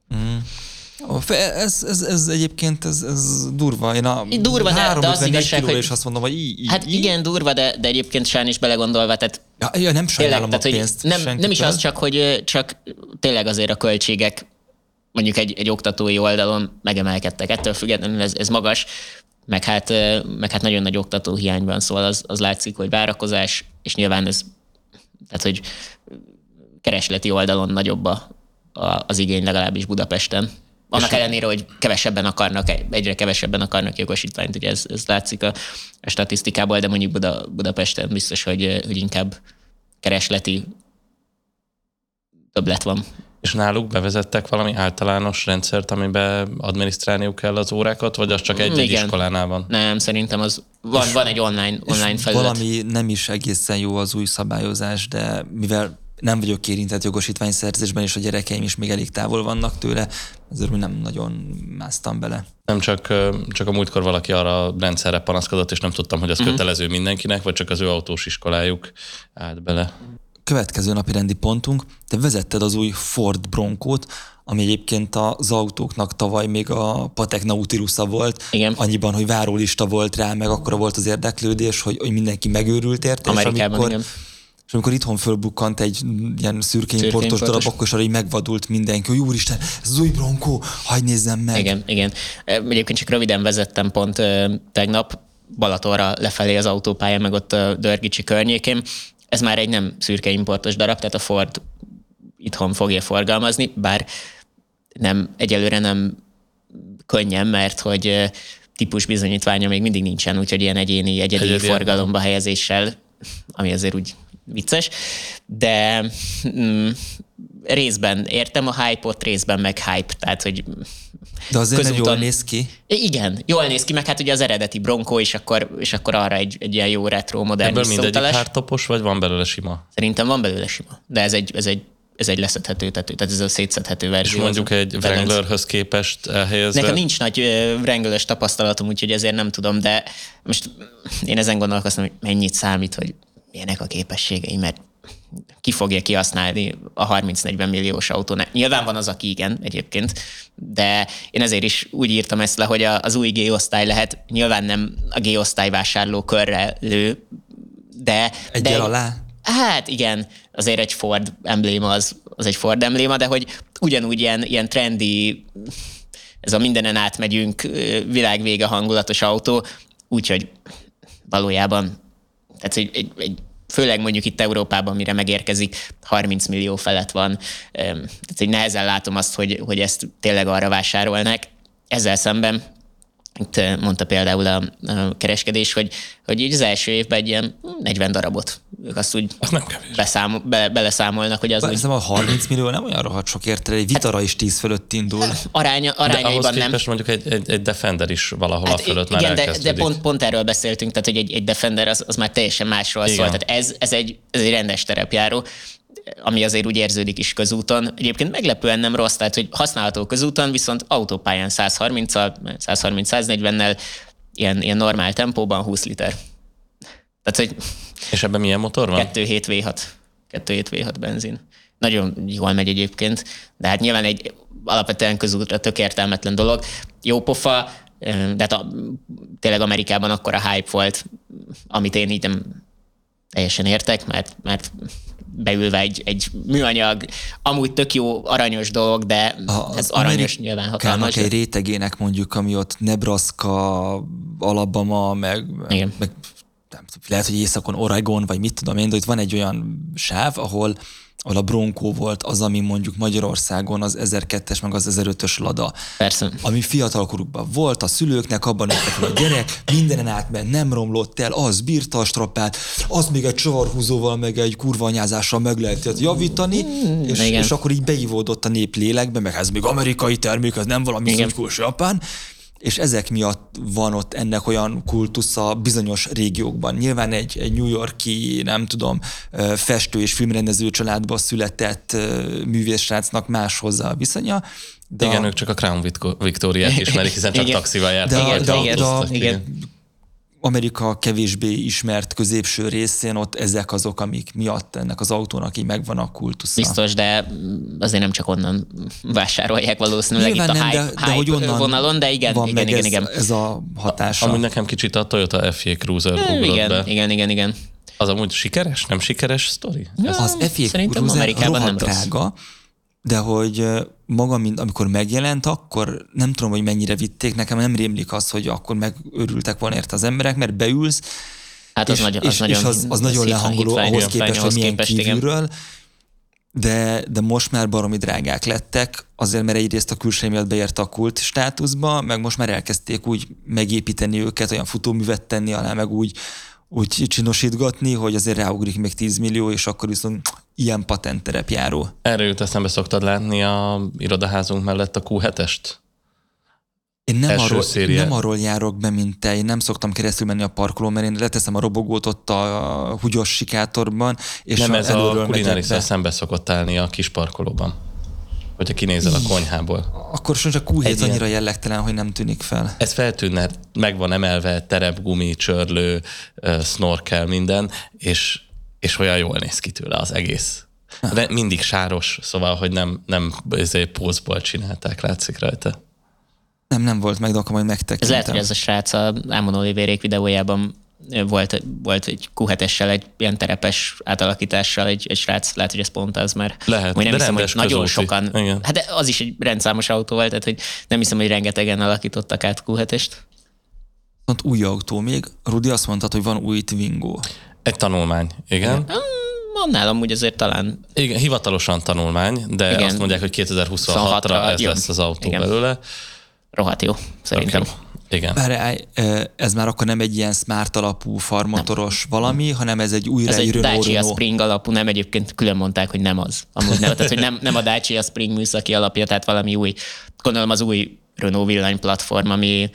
Ez egyébként ez durva. Én durva, de az igazság, hogy... és azt mondom, hogy így. Hát igen, durva, de egyébként Sán is belegondolva, tehát... Ja, nem sajnálom tényleg, a pénzt. Nem is az csak, hogy csak tényleg azért a költségek mondjuk egy oktatói oldalon megemelkedtek. Ettől függetlenül ez magas, meg hát nagyon nagy oktatóhiány van, szóval az látszik, hogy várakozás, és nyilván ez, tehát hogy keresleti oldalon nagyobb az igény legalábbis Budapesten. Annak ellenére, hogy egyre kevesebben akarnak jogosítványt, ugye ez látszik a statisztikából, de mondjuk Budapesten biztos, hogy inkább keresleti többlet van. És náluk bevezettek valami általános rendszert, amiben adminisztrálniuk kell az órákat, vagy az csak egy iskolánál van? Nem, szerintem az van egy online felület. Valami nem is egészen jó az új szabályozás, de mivel nem vagyok érintett jogosítványszerzésben, és a gyerekeim is még elég távol vannak tőle, ezért nem nagyon másztam bele. Nem csak a múltkor valaki arra a rendszerre panaszkodott, és nem tudtam, hogy az kötelező mindenkinek, vagy csak az ő autós iskolájuk állt bele. Következő napi rendi pontunk, te vezetted az új Ford Broncót, ami egyébként az autóknak tavaly még a Patek Nautilusa volt. Igen. Annyiban, hogy várólista volt rá, meg akkora volt az érdeklődés, hogy mindenki megőrült érte. Amerikában, igen. És amikor itthon fölbukkant egy ilyen szürkeimportos darab, akkor is arra így megvadult mindenki, hogy úristen, ez az új Bronco, hagyj nézzem meg. Igen. Egyébként csak röviden vezettem pont tegnap Balatonra lefelé az autópályán, meg ott a Dörgicsi környékén. Ez már egy nem szürkeimportos darab, tehát a Ford itthon fogja forgalmazni, bár egyelőre nem könnyen, mert hogy típusbizonyítványa még mindig nincsen, úgyhogy ilyen egyedi forgalomba helyezéssel, ami azért úgy vicces, de részben értem a hype-ot, részben meg hype, tehát hogy de azért jól néz ki. Igen, jól néz ki, meg hát ugye az eredeti Bronco, és akkor arra egy ilyen jó retro, modern visszautalás. Ebből mindegyik hardtopos, vagy van belőle sima? Szerintem van belőle sima, de ez egy leszedhető tető, tehát ez a szétszedhető verzió. És mondjuk egy Wranglerhöz képest elhelyezve? Nekem nincs nagy Wrangler-ös tapasztalatom, úgyhogy ezért nem tudom, de most én ezen gondolkoztam, hogy mennyit számít, hogy milyenek a képességei, mert ki fogja kihasználni a 30-40 milliós autónál. Nyilván van az, aki igen egyébként, de én ezért is úgy írtam ezt le, hogy az új G-osztály lehet, nyilván nem a G-osztály vásárló körre lő, de... Egyel alá? Hát igen, azért egy Ford embléma az egy Ford embléma, de hogy ugyanúgy ilyen trendi, ez a mindenen átmegyünk, világvége hangulatos autó, úgyhogy valójában, tehát egy főleg mondjuk itt Európában, mire megérkezik, 30 millió felett van. Tehát így nehezen látom azt, hogy ezt tényleg arra vásárolnák. Ezzel szemben itt mondta például a kereskedés, hogy így az első évben egy ilyen 40 darabot. Ők azt úgy beleszámolnak, hogy az úgy... A 30 millió nem olyan rohadt sok érte, egy Vitara is 10 fölött indul. Arányaiban nem. Mondjuk egy Defender is valahol a fölött már igen, elkezdődik. De pont erről beszéltünk, tehát hogy egy Defender az már teljesen másról szól. Tehát ez egy rendes terepjáró, ami azért úgy érződik is közúton. Egyébként meglepően nem rossz, tehát hogy használható közúton, viszont autópályán 130-140-nel ilyen normál tempóban 20 liter. Tehát, hogy és ebben milyen motor van? 2.7 V6 benzin. Nagyon jól megy egyébként, de hát nyilván egy alapvetően közútra tök értelmetlen dolog. Jó pofa, de hát tényleg Amerikában akkora hype volt, amit én így nem teljesen értek, mert beülve egy műanyag, amúgy tök jó, aranyos dolog, de ez aranyos nyilván hatalmas. Egy rétegének mondjuk, ami ott Nebraska, Alabama, meg nem tudom, lehet, hogy északon Oregon, vagy mit tudom én, de itt van egy olyan sáv, ahol a Bronco volt az, ami mondjuk Magyarországon az 1002-es, meg az 1005-ös Lada. Persze. Ami fiatalkorukban volt, a szülőknek abban nőtte fel a gyerek, mindenen átment, nem romlott el, az bírta a strapát, az még egy csavarhúzóval, meg egy kurvanyázással meg lehetett javítani, és akkor így beivódott a nép lélekbe, meg ez még amerikai termék, ez nem valami szutykós japán, és ezek miatt van ott ennek olyan kultusza bizonyos régiókban. Nyilván egy New York-i, nem tudom, festő és filmrendező családba született művészsrácnak más hozzá a viszonya. De igen, ők csak a Crown Victoriát ismerik, hiszen csak taxival jártak. Igen. Amerika kevésbé ismert középső részén ott ezek azok, amik miatt ennek az autónak így megvan a kultusza. Biztos, de azért nem csak onnan vásárolják valószínűleg nyilván itt a nem, hype hogy onnan vonalon, de igen. Ez a hatása. Amúgy nekem kicsit a Toyota FJ Cruiser ugrott be. Igen. Az amúgy sikeres? Nem sikeres sztori? Az FJ Cruiser rohadt drága, de hogy maga, amikor megjelent, akkor nem tudom, hogy mennyire vitték, nekem nem rémlik az, hogy akkor megörültek volna érte az emberek, mert beülsz, hát az nagyon lehangoló ahhoz képest, hogy milyen kívülről, de most már baromi drágák lettek, azért, mert egyrészt a külső miatt beérte a kult státuszba, meg most már elkezdték úgy megépíteni őket, olyan futóművet tenni alá, meg úgy csinosítgatni, hogy azért ráugrik még 10 millió, és akkor viszont ilyen patentterep járó. Erről jut eszembe, szoktad látni a irodaházunk mellett a Q7-est? Én nem arról járok be, mint te. Én nem szoktam keresztül menni a parkolón, mert én leteszem a robogót ott a húgyos sikátorban, és nem, ez a Kulinarissal szembe szokott állni a kis parkolóban, hogyha kinézel a konyhából. Akkor csak Q7 annyira jellegtelen, hogy nem tűnik fel. Ez feltűnne, meg van emelve, terepgumi, csörlő, snorkel, minden, és olyan jól néz ki tőle az egész. De mindig sáros, szóval, hogy nem pózból csinálták, látszik rajta. Nem volt meg, de akkor majd megtekintem. Ez lehet, hogy ez a srác a Ámon Olivérék videójában volt egy Q7-essel, egy ilyen terepes átalakítással egy srác, lehet, hogy ez pont az, mert lehet, nem de hiszem, hogy nagyon közúti. sokan, igen. hát de az is egy rendszámos autó volt, tehát hogy nem hiszem, hogy rengetegen alakítottak át Q7-est. Új autó még. Rudi azt mondta, hogy van új Twingo. Egy tanulmány, igen. Nálam úgy azért talán... Igen, hivatalosan tanulmány, de igen. Azt mondják, hogy 2026-ra ez lesz az autó belőle. Rohadt jó, szerintem. Okay. Igen. Ez már akkor nem egy ilyen smart alapú farmotoros valami, hanem ez egy újra ez egy Renault. Dacia Spring alapú, nem, egyébként külön mondták, hogy nem az. Amúgy nem, tehát, hogy nem a Dacia Spring műszaki alapja, tehát valami új, gondolom az új Renault villanyplatform,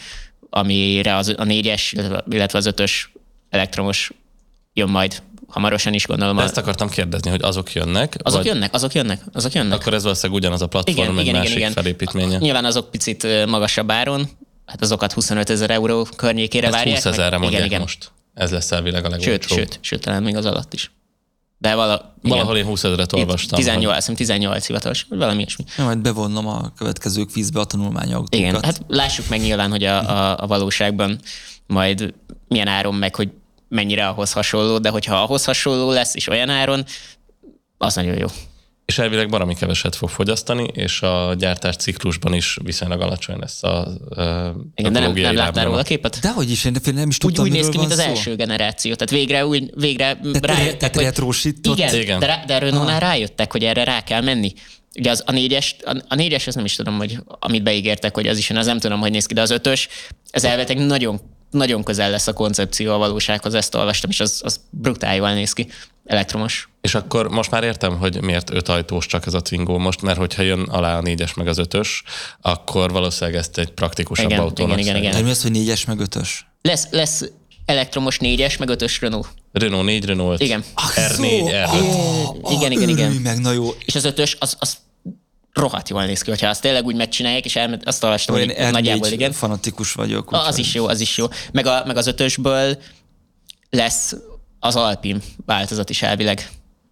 amire a 4-es, illetve az 5-ös elektromos jön majd hamarosan is, gondolom. De ezt akartam kérdezni, hogy azok jönnek? Azok jönnek. Akkor ez valószínűleg ugyanaz a platform, egy másik felépítménye. Nyilván azok picit magasabb áron, hát azokat 25 000 euró környékére várják. 20 000-re mondják most. Ez lesz elvileg a legolcsóbb. Sőt, talán még az alatt is. De valahol én 20 000-et olvastam. 18 hivatalos, vagy valami ilyesmi. Majd bevonnom a következő kvízbe a tanulmányautókat. Igen, hát lássuk meg nyilván, hogy a valóságban majd milyen áron, meg hogy mennyire ahhoz hasonló, de hogyha ahhoz hasonló lesz, és olyan áron, az nagyon jó. És elvileg baromi keveset fog fogyasztani, és a gyártás ciklusban is viszonylag alacsony lesz a igen, de nem láttál róla a képet? Dehogy is, én nem is tudtam, úgy néz ki, mint az szó. első generáció. Tehát végre rájöttek, hogy... retrosított. Igen. De a Renault-nál rájöttek, hogy erre rá kell menni. Ugye a 4-es, az nem is tudom, hogy amit beígértek, hogy az is jön, az nem tudom, hogy néz ki, de az 5-ös, ez elvetek nagyon közel lesz a koncepció a valósághoz, ezt olvastam, és az brutál jól néz ki. Elektromos. És akkor most már értem, hogy miért 5 ajtós csak ez a Twingo most, mert hogyha jön alá a 4-es meg az 5-ös, akkor valószínűleg ezt egy praktikusabb autónak igen. De mi az, hogy 4-es meg 5-ös? Lesz elektromos 4-es meg 5-ös Renault. Renault 4, Renault 5. Igen. R4, R5. Igen. Meg, na jó. És az 5-ös, az rohadt jól néz ki, hogyha azt tényleg úgy megcsinálják, és azt olvastam, hogy nagyjából igen. Fanatikus vagyok. Az is jó. Meg az 5-ösből lesz az Alpine változat is elvileg.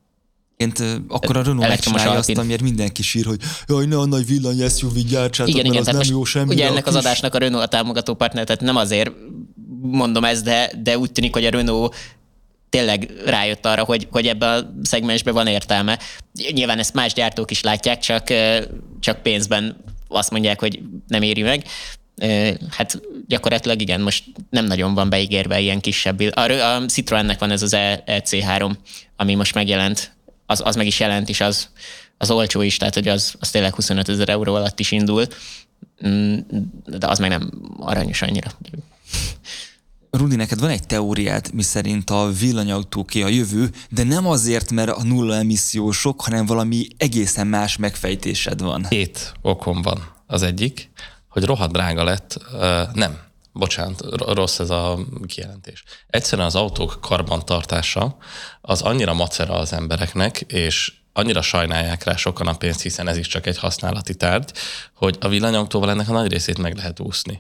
Akkor a Renault megcsinálja azt, amiért mindenki sír, hogy jaj, ne a nagy villany SUV gyártsátok, mert az nem jó semmi. Ugye ennek az adásnak a Renault a támogató partner, tehát nem azért mondom ezt, de úgy tűnik, hogy a Renault tényleg rájött arra, hogy ebben a szegmensben van értelme. Nyilván ezt más gyártók is látják, csak pénzben azt mondják, hogy nem éri meg. Hát gyakorlatilag igen, most nem nagyon van beígérve ilyen kisebb. A Citroennek van ez az EC3, ami most megjelent, az meg is jelent, és az olcsó is, tehát hogy az tényleg 25 000 euró alatt is indul, de az meg nem aranyos annyira. Rudi, neked van egy teóriád, miszerint a villanyautóké a jövő, de nem azért, mert a nulla emissziósok, hanem valami egészen más megfejtésed van. 2 okom van. Az egyik, hogy rohadt drága lett, nem, bocsánat, rossz ez a kijelentés. Egyszerűen az autók karbantartása az annyira macera az embereknek, és annyira sajnálják rá sokan a pénzt, hiszen ez is csak egy használati tárgy, hogy a villanyautóval ennek a nagy részét meg lehet úszni.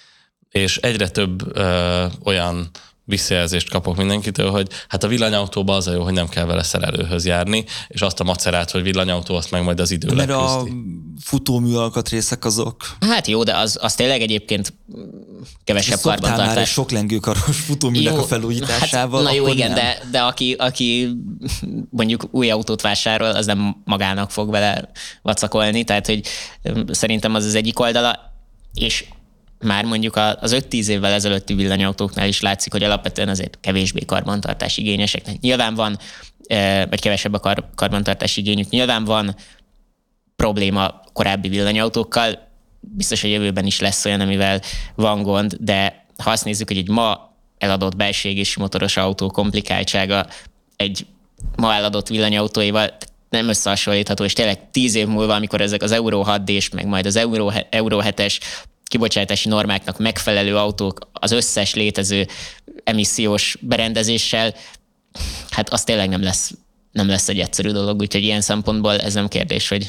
És egyre több olyan visszajelzést kapok mindenkitől, hogy hát a villanyautóban az a jó, hogy nem kell vele szerelőhöz járni, és azt a macerát, hogy villanyautó, azt meg majd az idő leküzdi. Mert a futómű alkatrészek azok... Hát jó, de az tényleg egyébként kevesebb karbantartás. Már egy sok lengőkaros futóműnek a felújításával. Hát, na jó, igen, nem. de aki mondjuk új autót vásárol, az nem magának fog vele vacakolni, tehát hogy szerintem az egyik oldala, és már mondjuk az 5-10 évvel ezelőtti villanyautóknál is látszik, hogy alapvetően azért kevésbé karbantartás igényesek. Nyilván van, vagy kevesebb a karbantartás igényük, nyilván van probléma korábbi villanyautókkal, biztos, hogy jövőben is lesz olyan, amivel van gond, de ha azt nézzük, hogy egy ma eladott belső égésű motoros autó komplikáltsága egy ma eladott villanyautóival nem összehasonlítható, és tényleg 10 év múlva, amikor ezek az Euro 6D-s, meg majd az Euro 7-es kibocsátási normáknak megfelelő autók az összes létező emissziós berendezéssel, hát az tényleg nem lesz egy egyszerű dolog, úgyhogy ilyen szempontból ez nem kérdés, hogy...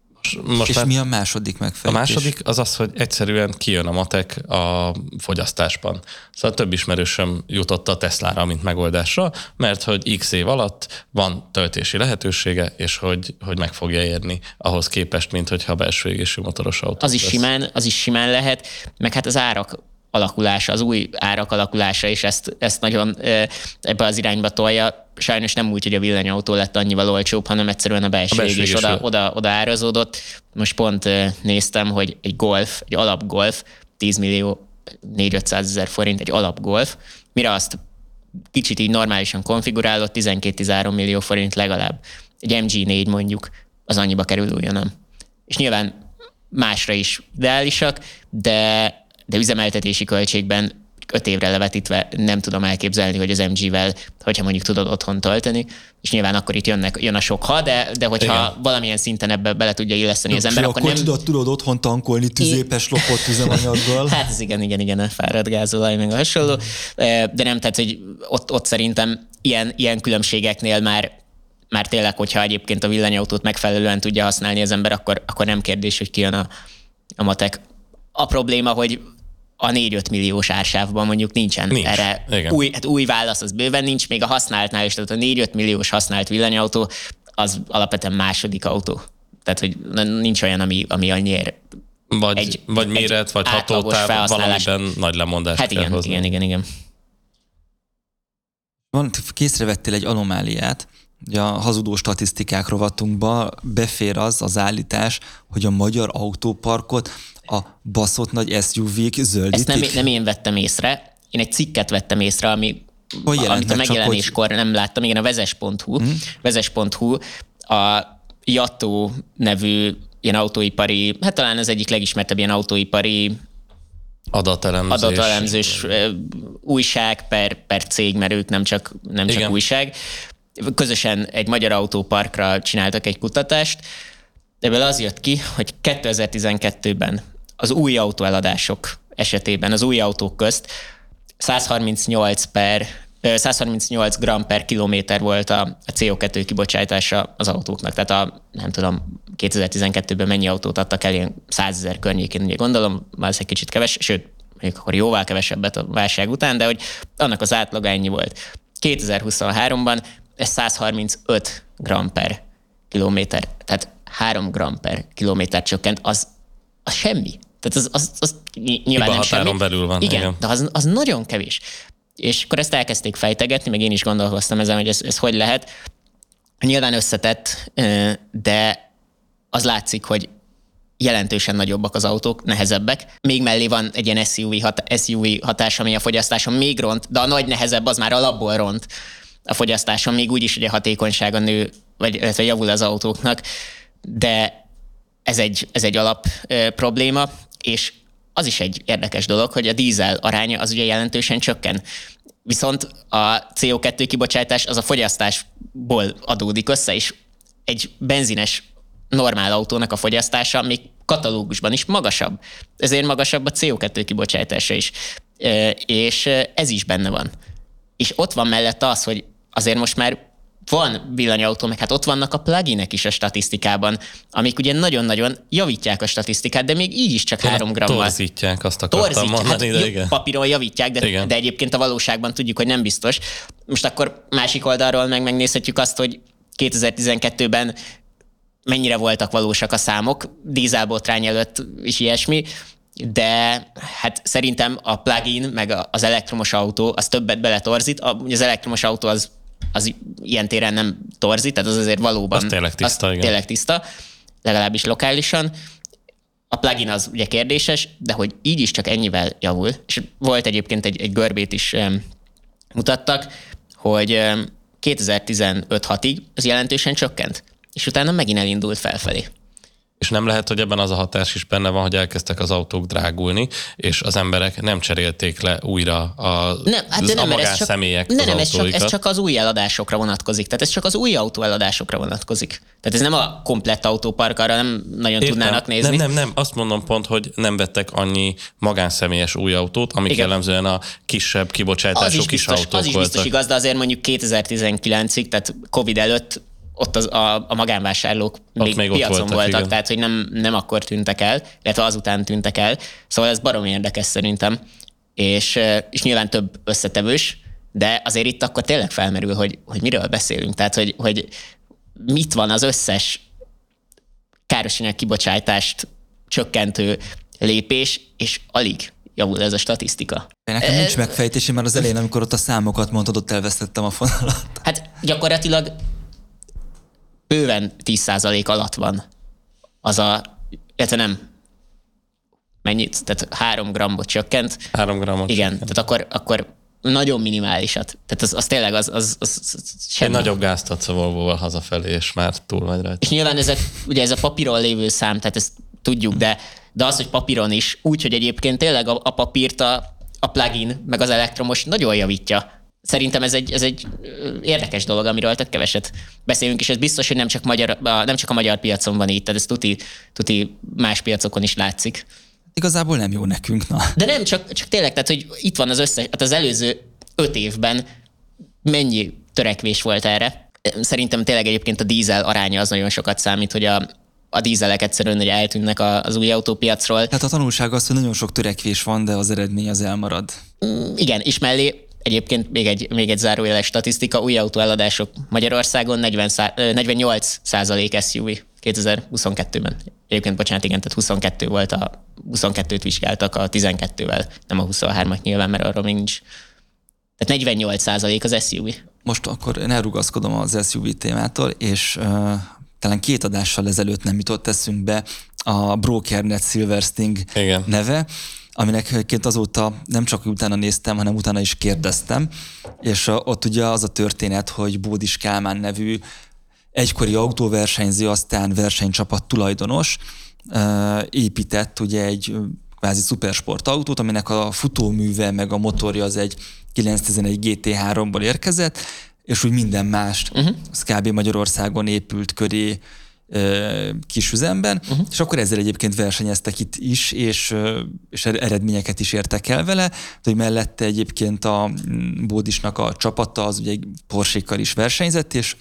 És mi a második megfejtés? A második az, hogy egyszerűen kijön a matek a fogyasztásban. Szóval több ismerősöm jutott a Teslára, mint megoldásra, mert hogy x év alatt van töltési lehetősége, és hogy meg fogja érni ahhoz képest, mint hogyha belső égésű motoros autó. Az is simán lehet, meg hát az árak alakulása, az új árak alakulása is ezt nagyon ebbe az irányba tolja. Sajnos nem úgy, hogy a villanyautó lett annyival olcsóbb, hanem egyszerűen a belső égés oda árazódott. Most pont néztem, hogy egy alapgolf 10 millió 400 000 forint, egy alapgolf, mire azt kicsit így normálisan konfigurálott, 12-13 millió forint legalább. Egy MG4 mondjuk, az annyiba kerül újonnan. És nyilván másra is ideálisak, de üzemeltetési költségben 5 évre levetítve nem tudom elképzelni, hogy az MG-vel, hogyha mondjuk tudod otthon tölteni, és nyilván akkor itt jön a sok ha, de hogyha igen, valamilyen szinten ebbe bele tudja illeszteni az ember, akkor nem... tudod otthon tankolni tüzépes lopott üzemanyaggal. Hát ez igen, a fáradt gázolaj, meg a hasonló, de nem, tehát, hogy ott szerintem ilyen különbségeknél már tényleg, hogyha egyébként a villanyautót megfelelően tudja használni az ember, akkor nem kérdés, hogy kijön a matek. A probléma, hogy a 4-5 milliós ársávban mondjuk nincs erre új válasz, az bőven nincs, még a használtnál is, tehát a 4-5 milliós használt villanyautó az alapvetően második autó. Tehát, hogy nincs olyan, ami annyiért vagy méret, vagy hatótáv, valamiben nagy lemondást hát kell hozni. Igen. Készrevettél egy anomáliát, ugye a hazudó statisztikák rovatunkba befér az állítás, hogy a magyar autóparkot a baszott nagy SUV-k zöldítik. Ezt nem én vettem észre, én egy cikket vettem észre, amit a megjelenéskor nem láttam, igen, a vezes.hu. Vezes.hu a Jatto nevű ilyen autóipari, hát talán az egyik legismertebb ilyen autóipari adatelemzős újság per cég, mert ők nem csak újság. Közösen egy magyar autóparkra csináltak egy kutatást, ebből az jött ki, hogy 2012-ben az új autóeladások esetében, az új autók közt 138 g per kilométer volt a CO2 kibocsátása az autóknak. Tehát nem tudom, 2012-ben mennyi autót adtak el, ilyen 100 000 környékén, ugye gondolom, már egy kicsit keves, sőt, még akkor jóval kevesebbet a válság után, de hogy annak az átlaga ennyi volt. 2023-ban ez 135 g per kilométer, tehát 3 g per kilométer csökkent, az semmi. Tehát az nyilván nem semmi. Belül van. Igen, de az nagyon kevés. És akkor ezt elkezdték fejtegetni, meg én is gondolkoztam ezen, hogy ez hogy lehet. Nyilván összetett, de az látszik, hogy jelentősen nagyobbak az autók, nehezebbek. Még mellé van egy ilyen SUV hatás, ami a fogyasztáson még ront, de a nagy nehezebb az már alapból ront a fogyasztáson, még úgyis, hogy a hatékonysága nő, vagy javul az autóknak, de ez egy alap probléma, és az is egy érdekes dolog, hogy a dízel aránya az ugye jelentősen csökken. Viszont a CO2 kibocsátás az a fogyasztásból adódik össze, és egy benzines normál autónak a fogyasztása még katalógusban is magasabb. Ezért magasabb a CO2 kibocsátása is. És ez is benne van. És ott van mellette az, hogy azért most már van villanyautó, meg hát ott vannak a pluginek is a statisztikában, amik ugye nagyon-nagyon javítják a statisztikát, de még így is csak 3 grammal. Torzítják, azt akartam mondani, hát de igen. Papíron javítják, de egyébként a valóságban tudjuk, hogy nem biztos. Most akkor másik oldalról megnézhetjük azt, hogy 2012-ben mennyire voltak valósak a számok, dízelbotrány előtt is ilyesmi, de hát szerintem a plug-in meg az elektromos autó az többet beletorzít. Az elektromos autó az ilyen téren nem torzít, tehát az azért valóban... Az tényleg tiszta, igen. Tényleg tiszta, legalábbis lokálisan. A plug-in az ugye kérdéses, de hogy így is csak ennyivel javul. És volt egyébként egy görbét is mutattak, hogy 2015-6-ig az jelentősen csökkent, és utána megint elindult felfelé. És nem lehet, hogy ebben az a hatás is benne van, hogy elkezdtek az autók drágulni, és az emberek nem cserélték le újra a magánszemélyek az autóikat. Ez csak az új eladásokra vonatkozik. Tehát ez csak az új autó eladásokra vonatkozik. Tehát ez nem a komplett autópark, arra nem nagyon tudnának nézni. Nem. Azt mondom pont, hogy nem vettek annyi magánszemélyes új autót, amik jellemzően a kisebb kibocsátású kis autók voltak. Az is biztos igaz, de azért mondjuk 2019-ig, tehát Covid előtt ott a magánvásárlók még piacon voltak, tehát hogy nem akkor tűntek el, illetve azután tűntek el. Szóval ez baromi érdekes szerintem, és nyilván több összetevős, de azért itt akkor tényleg felmerül, hogy miről beszélünk. Tehát, hogy mit van az összes károsanyag kibocsátást csökkentő lépés, és alig javul ez a statisztika. Nekem nincs megfejtési, mert az elején, amikor ott a számokat mondtad, ott elvesztettem a fonalat. Hát gyakorlatilag bőven 10% alatt van az illetve nem, mennyit? Tehát 3 grammot csökkent. 3 grammot igen, csökkent. Tehát akkor nagyon minimálisat. Tehát az tényleg az semmi. Egy nagyobb gázt adsz a Volvo-val hazafelé, és már túl vagy rajta. És nyilván ugye ez a papíron lévő szám, tehát ezt tudjuk, de az, hogy papíron is, úgy, hogy egyébként tényleg a papírt a plug-in, meg az elektromos nagyon javítja. Szerintem ez egy érdekes dolog, amiről tök keveset beszélünk, és ez biztos, hogy nem csak a magyar piacon van így, tehát ez tuti más piacokon is látszik. Igazából nem jó nekünk, na. De nem, csak tényleg, tehát hogy itt van az előző 5 évben mennyi törekvés volt erre. Szerintem tényleg egyébként a dízel aránya az nagyon sokat számít, hogy a dízelek egyszerűen hogy eltűnnek az új autópiacról. Tehát a tanulság az, hogy nagyon sok törekvés van, de az eredmény az elmarad. Igen, és mellé egyébként még egy zárójeles statisztika, új autóeladások Magyarországon 48% SUV 2022-ben. Egyébként, bocsánat, igen, tehát 22 volt, 22-t vizsgáltak a 12-vel, nem a 23-at nyilván, mert arról még nincs. Tehát 48% az SUV. Most akkor én elrugaszkodom az SUV témától, és talán 2 adással ezelőtt nem jutott eszünkbe a BrokerNet Silversting neve, aminek egyébként azóta nem csak utána néztem, hanem utána is kérdeztem, és ott ugye az a történet, hogy Bódis Kálmán nevű egykori autóversenyző, aztán versenycsapat tulajdonos épített ugye egy kvázi szupersportautót, aminek a futóműve meg a motorja az egy 911 GT3-ból érkezett, és úgy minden mást, az kb. Magyarországon épült köré kis üzemben, és akkor ezzel egyébként versenyeztek itt is, és eredményeket is értek el vele, hogy mellette egyébként a Bódisnak a csapata az ugye egy Porsche-kkal is versenyzett, és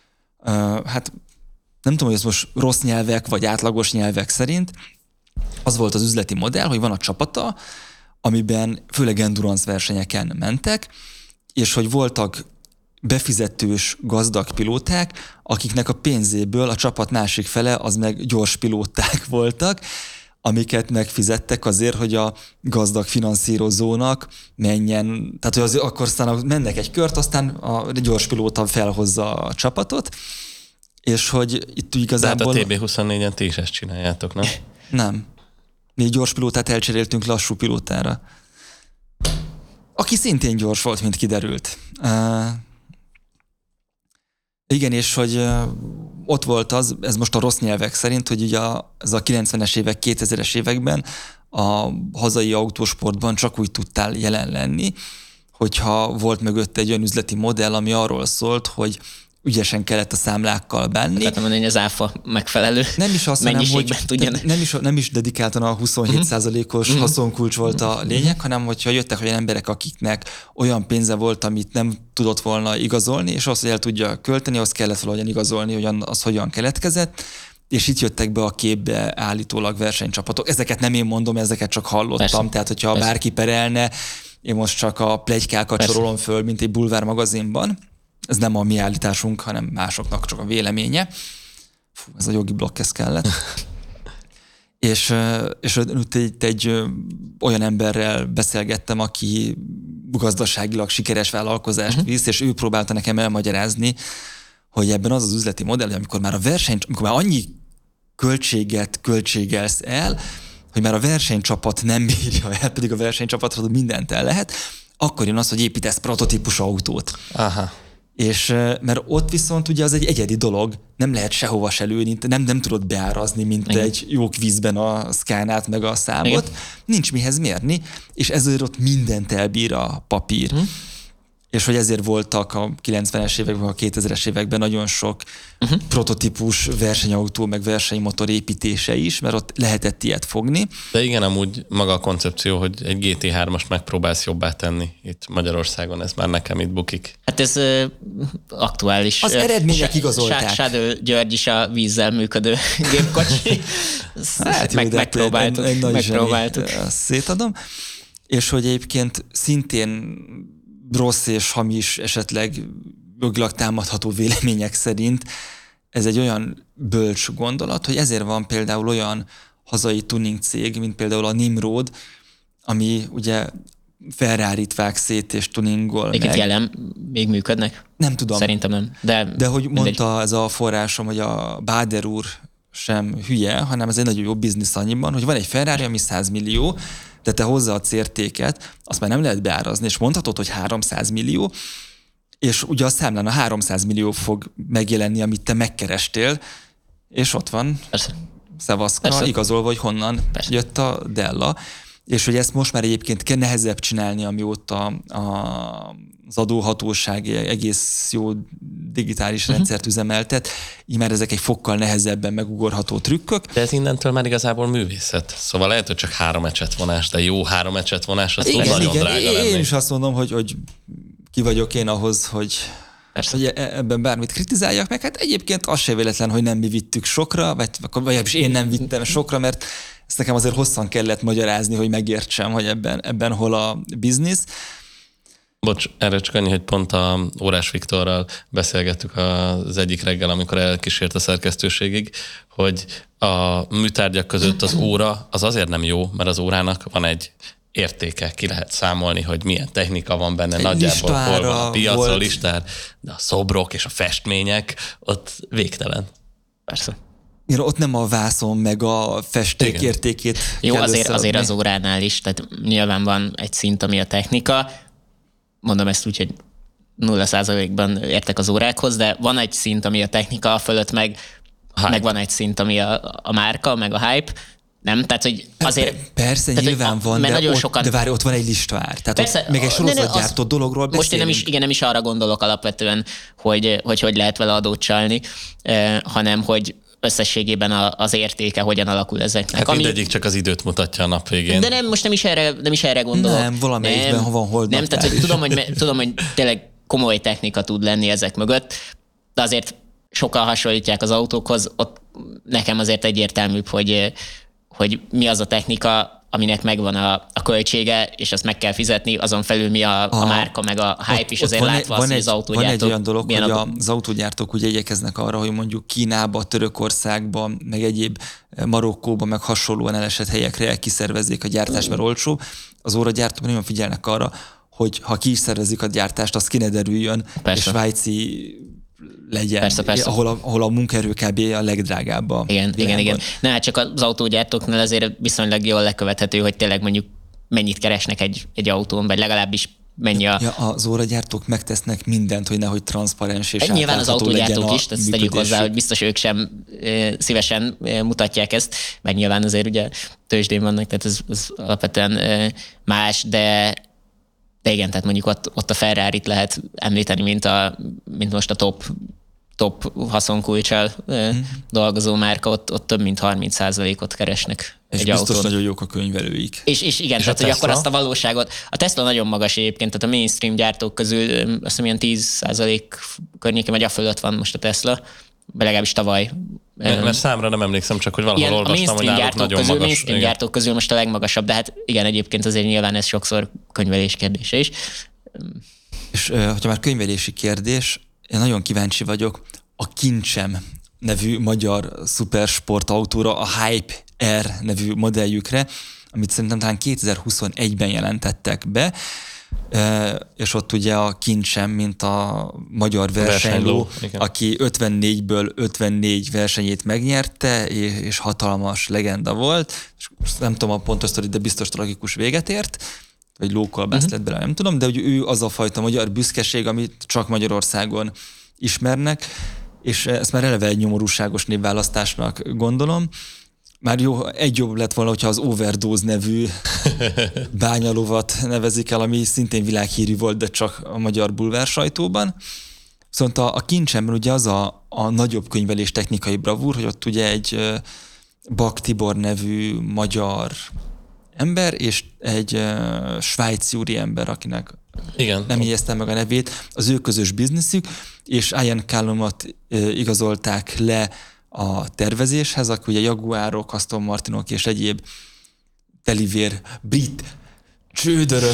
hát nem tudom, hogy ez most rossz nyelvek, vagy átlagos nyelvek szerint, az volt az üzleti modell, hogy van a csapata, amiben főleg endurance versenyeken mentek, és hogy voltak befizetős gazdag pilóták, akiknek a pénzéből a csapat másik fele az meg gyors pilóták voltak, amiket megfizettek azért, hogy a gazdag finanszírozónak menjen, tehát hogy akkor aztán mennek egy kört, aztán a gyorspilóta felhozza a csapatot, és hogy itt igazából... Tehát a TB24-en ti is ezt csináljátok, nem? Nem. Mi gyorspilótát elcseréltünk lassú pilótára. Aki szintén gyors volt, mint kiderült. Igen, és hogy ott volt ez most a rossz nyelvek szerint, hogy ugye ez a 90-es évek, 2000-es években a hazai autósportban csak úgy tudtál jelen lenni, hogyha volt mögötte egy olyan üzleti modell, ami arról szólt, hogy ügyesen kellett a számlákkal bánni. Akartam mondani, hogy az áfa megfelelő nem is azt, mennyiségben tudjon. Nem is dedikáltan a 27%-os haszonkulcs volt a lényeg, hanem hogyha jöttek olyan emberek, akiknek olyan pénze volt, amit nem tudott volna igazolni, és azt, hogy el tudja költeni, azt kellett valahogyan igazolni, hogy az hogyan keletkezett, és itt jöttek be a képbe állítólag versenycsapatok. Ezeket nem én mondom, ezeket csak hallottam, persze, tehát hogyha bárki perelne, én most csak a pletykákat sorolom föl, mint egy bulvár magazinban. Ez nem a mi állításunk, hanem másoknak csak a véleménye. Fú, ez a jogi blokk, ez kellett. és egy olyan emberrel beszélgettem, aki gazdaságilag sikeres vállalkozást visz, és ő próbálta nekem elmagyarázni, hogy ebben az üzleti modell, hogy amikor már amikor már annyi költséget költségelsz el, hogy már a versenycsapat nem bírja el, pedig a versenycsapatra mindent el lehet, akkor jön az, hogy építesz prototípus autót. Aha. És mert ott viszont ugye az egy egyedi dolog, nem lehet sehova se lőni, nem tudod beárazni, mint igen. egy jó kvízben a szkánát, meg a számot. Igen. Nincs mihez mérni, és ezért ott mindent elbír a papír. És hogy ezért voltak a 90-es években, a 2000-es években nagyon sok prototípus versenyautó, meg versenymotor építése is, mert ott lehetett ilyet fogni. De igen, amúgy maga a koncepció, hogy egy GT3-ast megpróbálsz jobbá tenni itt Magyarországon, ez már nekem itt bukik. Hát ez aktuális. Az eredmények igazolták. Sádő György is a vízzel működő gépkocsi. Hát jó, megpróbáltuk. Azt szétadom. És hogy egyébként szintén rossz és hamis, esetleg jogilag támadható vélemények szerint ez egy olyan bölcs gondolat, hogy ezért van például olyan hazai tuning cég, mint például a Nimrod, ami ugye Ferrarit vág szét és tuningol meg. Jelen még működnek? Nem tudom. Szerintem nem. De hogy mondta ez a forrásom, hogy a Báder úr sem hülye, hanem ez egy nagyon jó biznisz annyiban, hogy van egy Ferrari, ami 100 millió, de te hozzáadsz értéket, azt már nem lehet beárazni, és mondhatod, hogy 300 millió, és ugye a számlán a 300 millió fog megjelenni, amit te megkerestél, és ott van szevaszka, igazolva, hogy honnan jött a Della. És hogy ezt most már egyébként nehezebb csinálni, amióta az adóhatóság egész jó digitális rendszert üzemeltet, így már ezek egy fokkal nehezebben megugorható trükkök. De ez innentől már igazából művészet. Szóval lehet, hogy csak 3 ecsetvonás, de jó 3 ecsetvonás, az nagyon drága lenni. Én is azt mondom, hogy ki vagyok én ahhoz, hogy ebben bármit kritizáljak meg. Hát egyébként az se véletlen, hogy nem mi vittük sokra, vagy én nem vittem sokra, mert ezt nekem azért hosszan kellett magyarázni, hogy megértsem, hogy ebben hol a biznisz. Bocs, erre csak annyi, hogy pont a Órás Viktorral beszélgettük az egyik reggel, amikor elkísért a szerkesztőségig, hogy a műtárgyak között az óra az azért nem jó, mert az órának van egy értéke, ki lehet számolni, hogy milyen technika van benne, egy nagyjából hol van a piacról listár, de a szobrok és a festmények ott végtelen. Persze. Ott nem a vászon meg a festék értékét jó, azért az óránál is, tehát nyilván van egy szint, ami a technika, mondom ezt úgy, hogy 0%-ban értek az órákhoz, de van egy szint, ami a technika, fölött meg van egy szint, ami a márka, meg a hype, nem? Tehát, hogy azért... Persze, tehát, nyilván van, de várj, ott van egy listvár. Tehát persze, még egy sorozatgyártó dologról beszélünk. Most én nem is arra gondolok alapvetően, hogy lehet vele adót csalni, hanem hogy összességében az értéke hogyan alakul ezeknek. Hát mindegyik csak az időt mutatja a nap végén. De most nem is erre gondolok. Nem, valamelyikben van holdnaptár. Nem, tehát hogy tudom, hogy tényleg komoly technika tud lenni ezek mögött, de azért sokan hasonlítják az autókhoz, ott nekem azért egyértelműbb, hogy mi az a technika, aminek megvan a költsége, és azt meg kell fizetni, azon felül mi a márka, meg a hype is, azért látva azt, hogy az autógyártók... Van egy olyan dolog, hogy az autógyártók ugye igyekeznek arra, hogy mondjuk Kínába, Törökországba, meg egyéb Marokkóba, meg hasonlóan elesett helyekre kiszervezzék a gyártást, mert olcsó. Az óragyártók nagyon figyelnek arra, hogy ha ki is szervezik a gyártást, az ki ne derüljön, és svájci legyen, persze. ahol a munkaerő kb. A legdrágább. Igen. Hát csak az autógyártóknál azért viszonylag jól lekövethető, hogy tényleg mondjuk mennyit keresnek egy autón, vagy legalábbis mennyi az óragyártók megtesznek mindent, hogy nehogy transzparens és nyilván az autógyártók is, ezt tegyük hozzá, hogy biztos ők sem szívesen mutatják ezt, meg nyilván azért ugye tőzsdén vannak, tehát ez alapvetően más, de igen, tehát mondjuk ott a Ferrarit lehet említeni, mint most a top haszonkulccsal dolgozó márka, ott több mint 30%-ot keresnek és egy biztos autón. nagyon jók a könyvelőik. És igen, és tehát hogy akkor azt a valóságot... A Tesla nagyon magas egyébként, tehát a mainstream gyártók közül azt hiszem ilyen 10% környékén, vagy a fölött van most a Tesla, legalábbis tavaly. Mert számra nem emlékszem, csak hogy valahol olvastam, hogy náluk nagyon magas. Mainstream gyártók közül most a legmagasabb, de hát igen, egyébként azért nyilván ez sokszor könyvelés kérdése is. És hogyha már könyvelési kérdés, én nagyon kíváncsi vagyok a Kincsem nevű magyar szupersportautóra, a Hype R nevű modelljükre, amit szerintem talán 2021-ben jelentettek be, és ott ugye a Kincsem, mint a magyar versenyló, aki 54-ből 54 versenyét megnyerte, és hatalmas legenda volt, és nem tudom a pontos sztori, de biztos tragikus véget ért, vagy lókolbász lett bele, nem tudom, de hogy ő az a fajta magyar büszkeség, amit csak Magyarországon ismernek, és ezt már eleve egy nyomorúságos névválasztásnak gondolom. Már egy jobb lett volna, hogyha az Overdose nevű bányalovat nevezik el, ami szintén világhírű volt, de csak a magyar bulvár sajtóban. Viszont a Kincsemben ugye az a nagyobb könyvelés technikai bravúr, hogy ott ugye egy Bak Tibor nevű magyar ember, és egy svájci úriember, akinek nem jegyeztem meg a nevét, az ő közös bizniszük, és Ian Callumot igazolták le a tervezéshez, aki ugye Jaguárok, Aston Martinok és egyéb telivér brit csődörök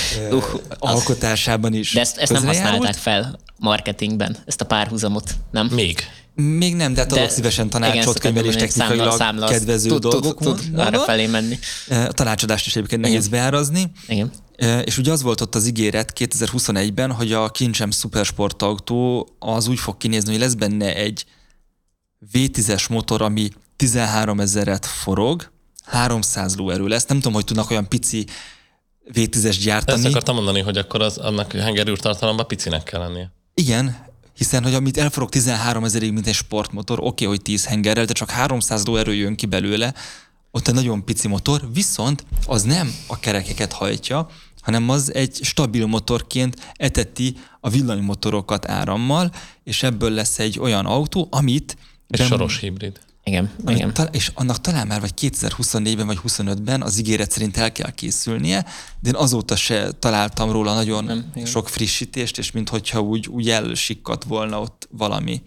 alkotásában is. De ezt nem használták fel marketingben, ezt a párhuzamot, nem? Még nem, de adok szívesen tanácsot, könyvelés technikailag kedvező dolgok. Tud arra felé menni. A tanácsadást is egyébként nehéz beárazni. Igen. És ugye az volt ott az ígéret 2021-ben, hogy a Kincsem szupersportautó az úgy fog kinézni, hogy lesz benne egy V10-es motor, ami 13 000-et forog, 300 lóerő lesz. Nem tudom, hogy tudnak olyan pici V10-es gyártani. Ezt akartam mondani, hogy akkor annak hengerűrtartalomban picinek kell lennie. Igen, hiszen, hogy amit elforog 13 000-ig, mint egy sportmotor, oké, hogy 10 hengerrel, de csak 300 lóerő jön ki belőle, ott egy nagyon pici motor, viszont az nem a kerekeket hajtja, hanem az egy stabil motorként eteti a villanymotorokat árammal, és ebből lesz egy olyan autó, amit... Egy soros hibrid. Igen. És annak talán már vagy 2024-ben vagy 25-ben az ígéret szerint el kell készülnie, de én azóta se találtam róla nagyon sok frissítést, és minthogyha úgy elsikkadt volna ott valami.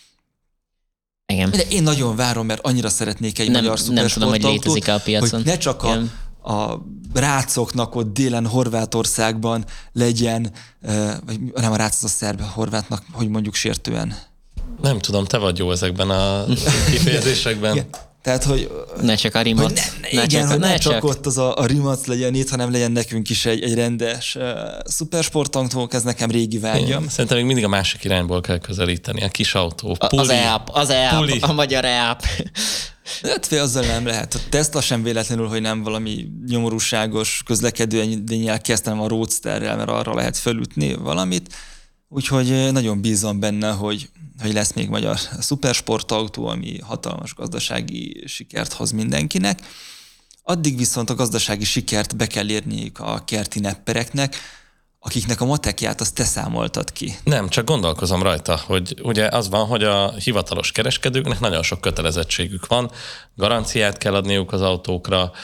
Igen. De én nagyon várom, mert annyira szeretnék egy magyar szupersportautót, hogy létezik a piacon. Hogy ne csak a rácoknak ott délen Horvátországban legyen, vagy nem a rác az a szerb, horvátnak, hogy mondjuk sértően. Nem tudom, te vagy jó ezekben a kifejezésekben. Igen. Tehát, hogy... Ne csak a rimac. Ne csak ott az a rimac legyen itt, hanem legyen nekünk is egy rendes szupersportautónk, ez nekem régi vágyam. Szerintem még mindig a másik irányból kell közelíteni. A kis autó, puli. Az EAP, a magyar EAP. Hát azzal nem lehet. A Tesla sem véletlenül, hogy nem valami nyomorúságos közlekedőennyel kezdtem a Roadsterrel, mert arra lehet felütni valamit. Úgyhogy nagyon bízom benne, hogy lesz még magyar szupersportautó, ami hatalmas gazdasági sikert hoz mindenkinek. Addig viszont a gazdasági sikert be kell érniük a kerti neppereknek, akiknek a matekját azt te számoltad ki. Nem, csak gondolkozom rajta, hogy ugye az van, hogy a hivatalos kereskedőknek nagyon sok kötelezettségük van, garanciát kell adniuk az autókra,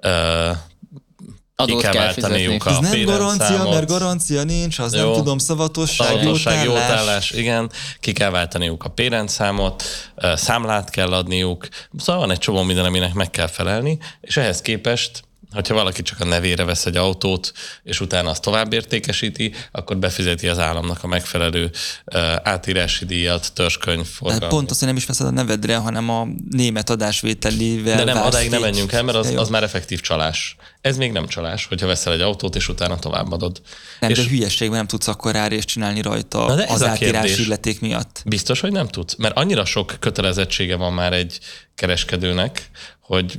adót kell váltaniuk a ez nem garancia, mert garancia nincs, az jó, nem tudom, szavatosság, jótállás. Igen, ki kell váltaniuk a pérenszámot, számlát kell adniuk, szóval van egy csomó minden, aminek meg kell felelni, és ehhez képest hogyha valaki csak a nevére vesz egy autót, és utána azt tovább értékesíti, akkor befizeti az államnak a megfelelő átírási díjat, törzskönyv, forgalmi. Pont azt, hogy nem is veszed a nevedre, hanem a német adásvételével. De nem, odáig nem menjünk el, mert az már effektív csalás. Ez még nem csalás, hogyha veszel egy autót, és utána továbbadod. Nem, és de hülyeségben nem tudsz akkor rárést csinálni rajta az átírási illeték miatt. Biztos, hogy nem tudsz? Mert annyira sok kötelezettsége van már egy kereskedőnek, hogy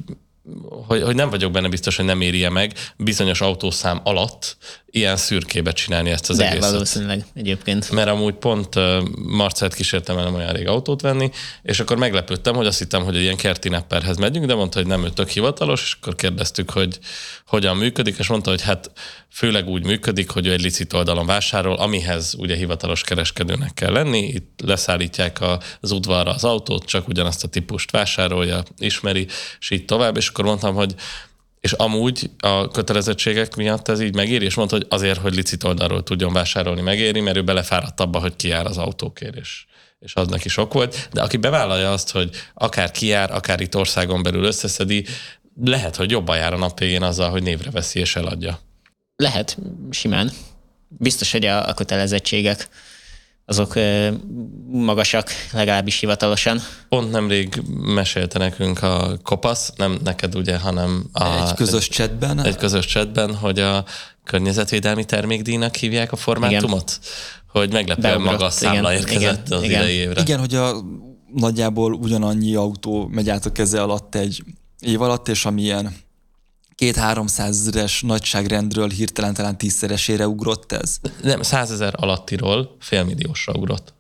nem vagyok benne biztos, hogy nem érje meg bizonyos autószám alatt ilyen szürkébe csinálni ezt az egészet. De valószínűleg egyébként. Mert amúgy pont Marcelt kísértem el nem olyan rég autót venni, és akkor meglepődtem, hogy azt hittem, hogy egy ilyen kerti nepperhez megyünk, de mondta, hogy nem, ő tök hivatalos, és akkor kérdeztük, hogy hogyan működik, és mondta, hogy hát főleg úgy működik, hogy ő egy licit oldalon vásárol, amihez ugye hivatalos kereskedőnek kell lenni, itt leszállítják az udvarra az autót, csak ugyanazt a típust vásárolja, ismeri, és így tovább, és akkor mondtam, hogy és amúgy a kötelezettségek miatt ez így megéri, és mondta, hogy azért, hogy licit oldalról tudjon vásárolni, megéri, mert ő belefáradt abba, hogy kijár az autókért, és az neki sok volt. De aki bevállalja azt, hogy akár kijár, akár itt országon belül összeszedi, lehet, hogy jobban jár a nap végén azzal, hogy névre veszi és eladja. Lehet, simán. Biztos, hogy a kötelezettségek azok magasak, legalábbis hivatalosan. Pont nemrég mesélte nekünk a Kopasz, nem neked ugye, hanem egy közös chatben. Egy közös chatben, hogy a környezetvédelmi termékdíjnak hívják a formátumot? Igen. Hogy meglepően magas számla érkezett az idei évre. Igen, hogy nagyjából ugyanannyi autó megy át a keze alatt egy év alatt, és amilyen 200-300 ezeres nagyságrendről hirtelen talán 10-szeresére ugrott ez. Nem, 100 000 alattiról félmilliósra ugrott.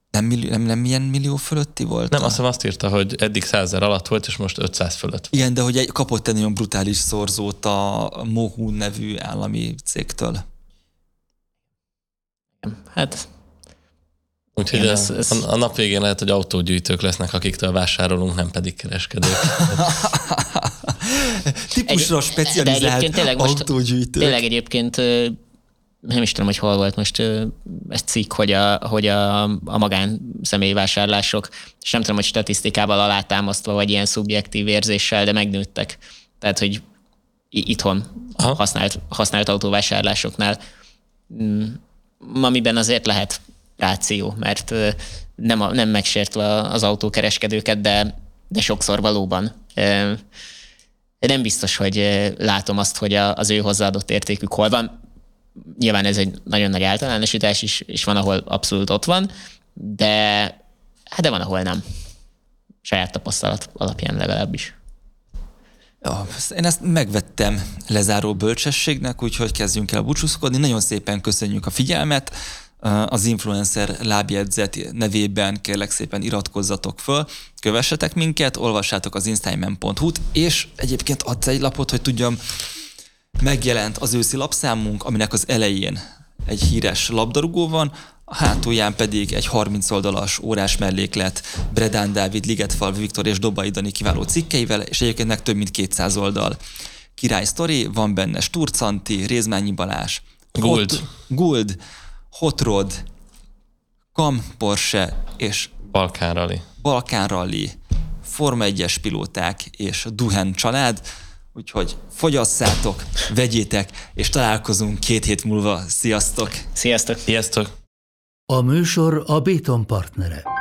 Nem ilyen millió fölötti volt? Nem, azt írta, hogy eddig 100 000 alatt volt, és most 500 fölött. Igen, de hogy kapott egy nagyon brutális szorzót a Mohu nevű állami cégtől. Hát... Úgyhogy a nap végén lehet, hogy autógyűjtők lesznek, akiktől vásárolunk, nem pedig kereskedők. Típusra specializált autógyűjtők. Tényleg egyébként nem is tudom, hogy hol volt most ez cikk, hogy a magánszemély vásárlások, és nem tudom, hogy statisztikával alátámasztva, vagy ilyen szubjektív érzéssel, de megnőttek. Tehát, hogy itthon használt autóvásárlásoknál, amiben azért lehet ráció, mert nem megsértve az autókereskedőket, de sokszor valóban. Nem biztos, hogy látom azt, hogy az ő hozzáadott értékük hol van. Nyilván ez egy nagyon nagy általánosítás is, és van, ahol abszolút ott van, de van, ahol nem. Saját tapasztalat alapján legalábbis. Ja, én ezt megvettem lezáró bölcsességnek, úgyhogy kezdjünk el búcsúzkodni. Nagyon szépen köszönjük a figyelmet. Az Influencer lábjegyzet nevében kérlek szépen iratkozzatok föl, kövessetek minket, olvassátok az instagram.hu-t, és egyébként adsz egy lapot, hogy tudjam, megjelent az őszi lapszámunk, aminek az elején egy híres labdarúgó van, a hátulján pedig egy 30 oldalas órás melléklet Bredán Dávid, Ligetfalvi Viktor és Dobai Dani kiváló cikkeivel, és egyébként több mint 200 oldal. Király sztori, van benne Sturcanti, Rézmányi Balázs, Guld, Hot Rod, Kam Porsche és Balkán Rally, Forma 1-es pilóták és Duhen család, úgyhogy fogyasszátok, vegyétek, és találkozunk 2 hét múlva. Sziasztok! Sziasztok! Sziasztok! A műsor a Béton partnere.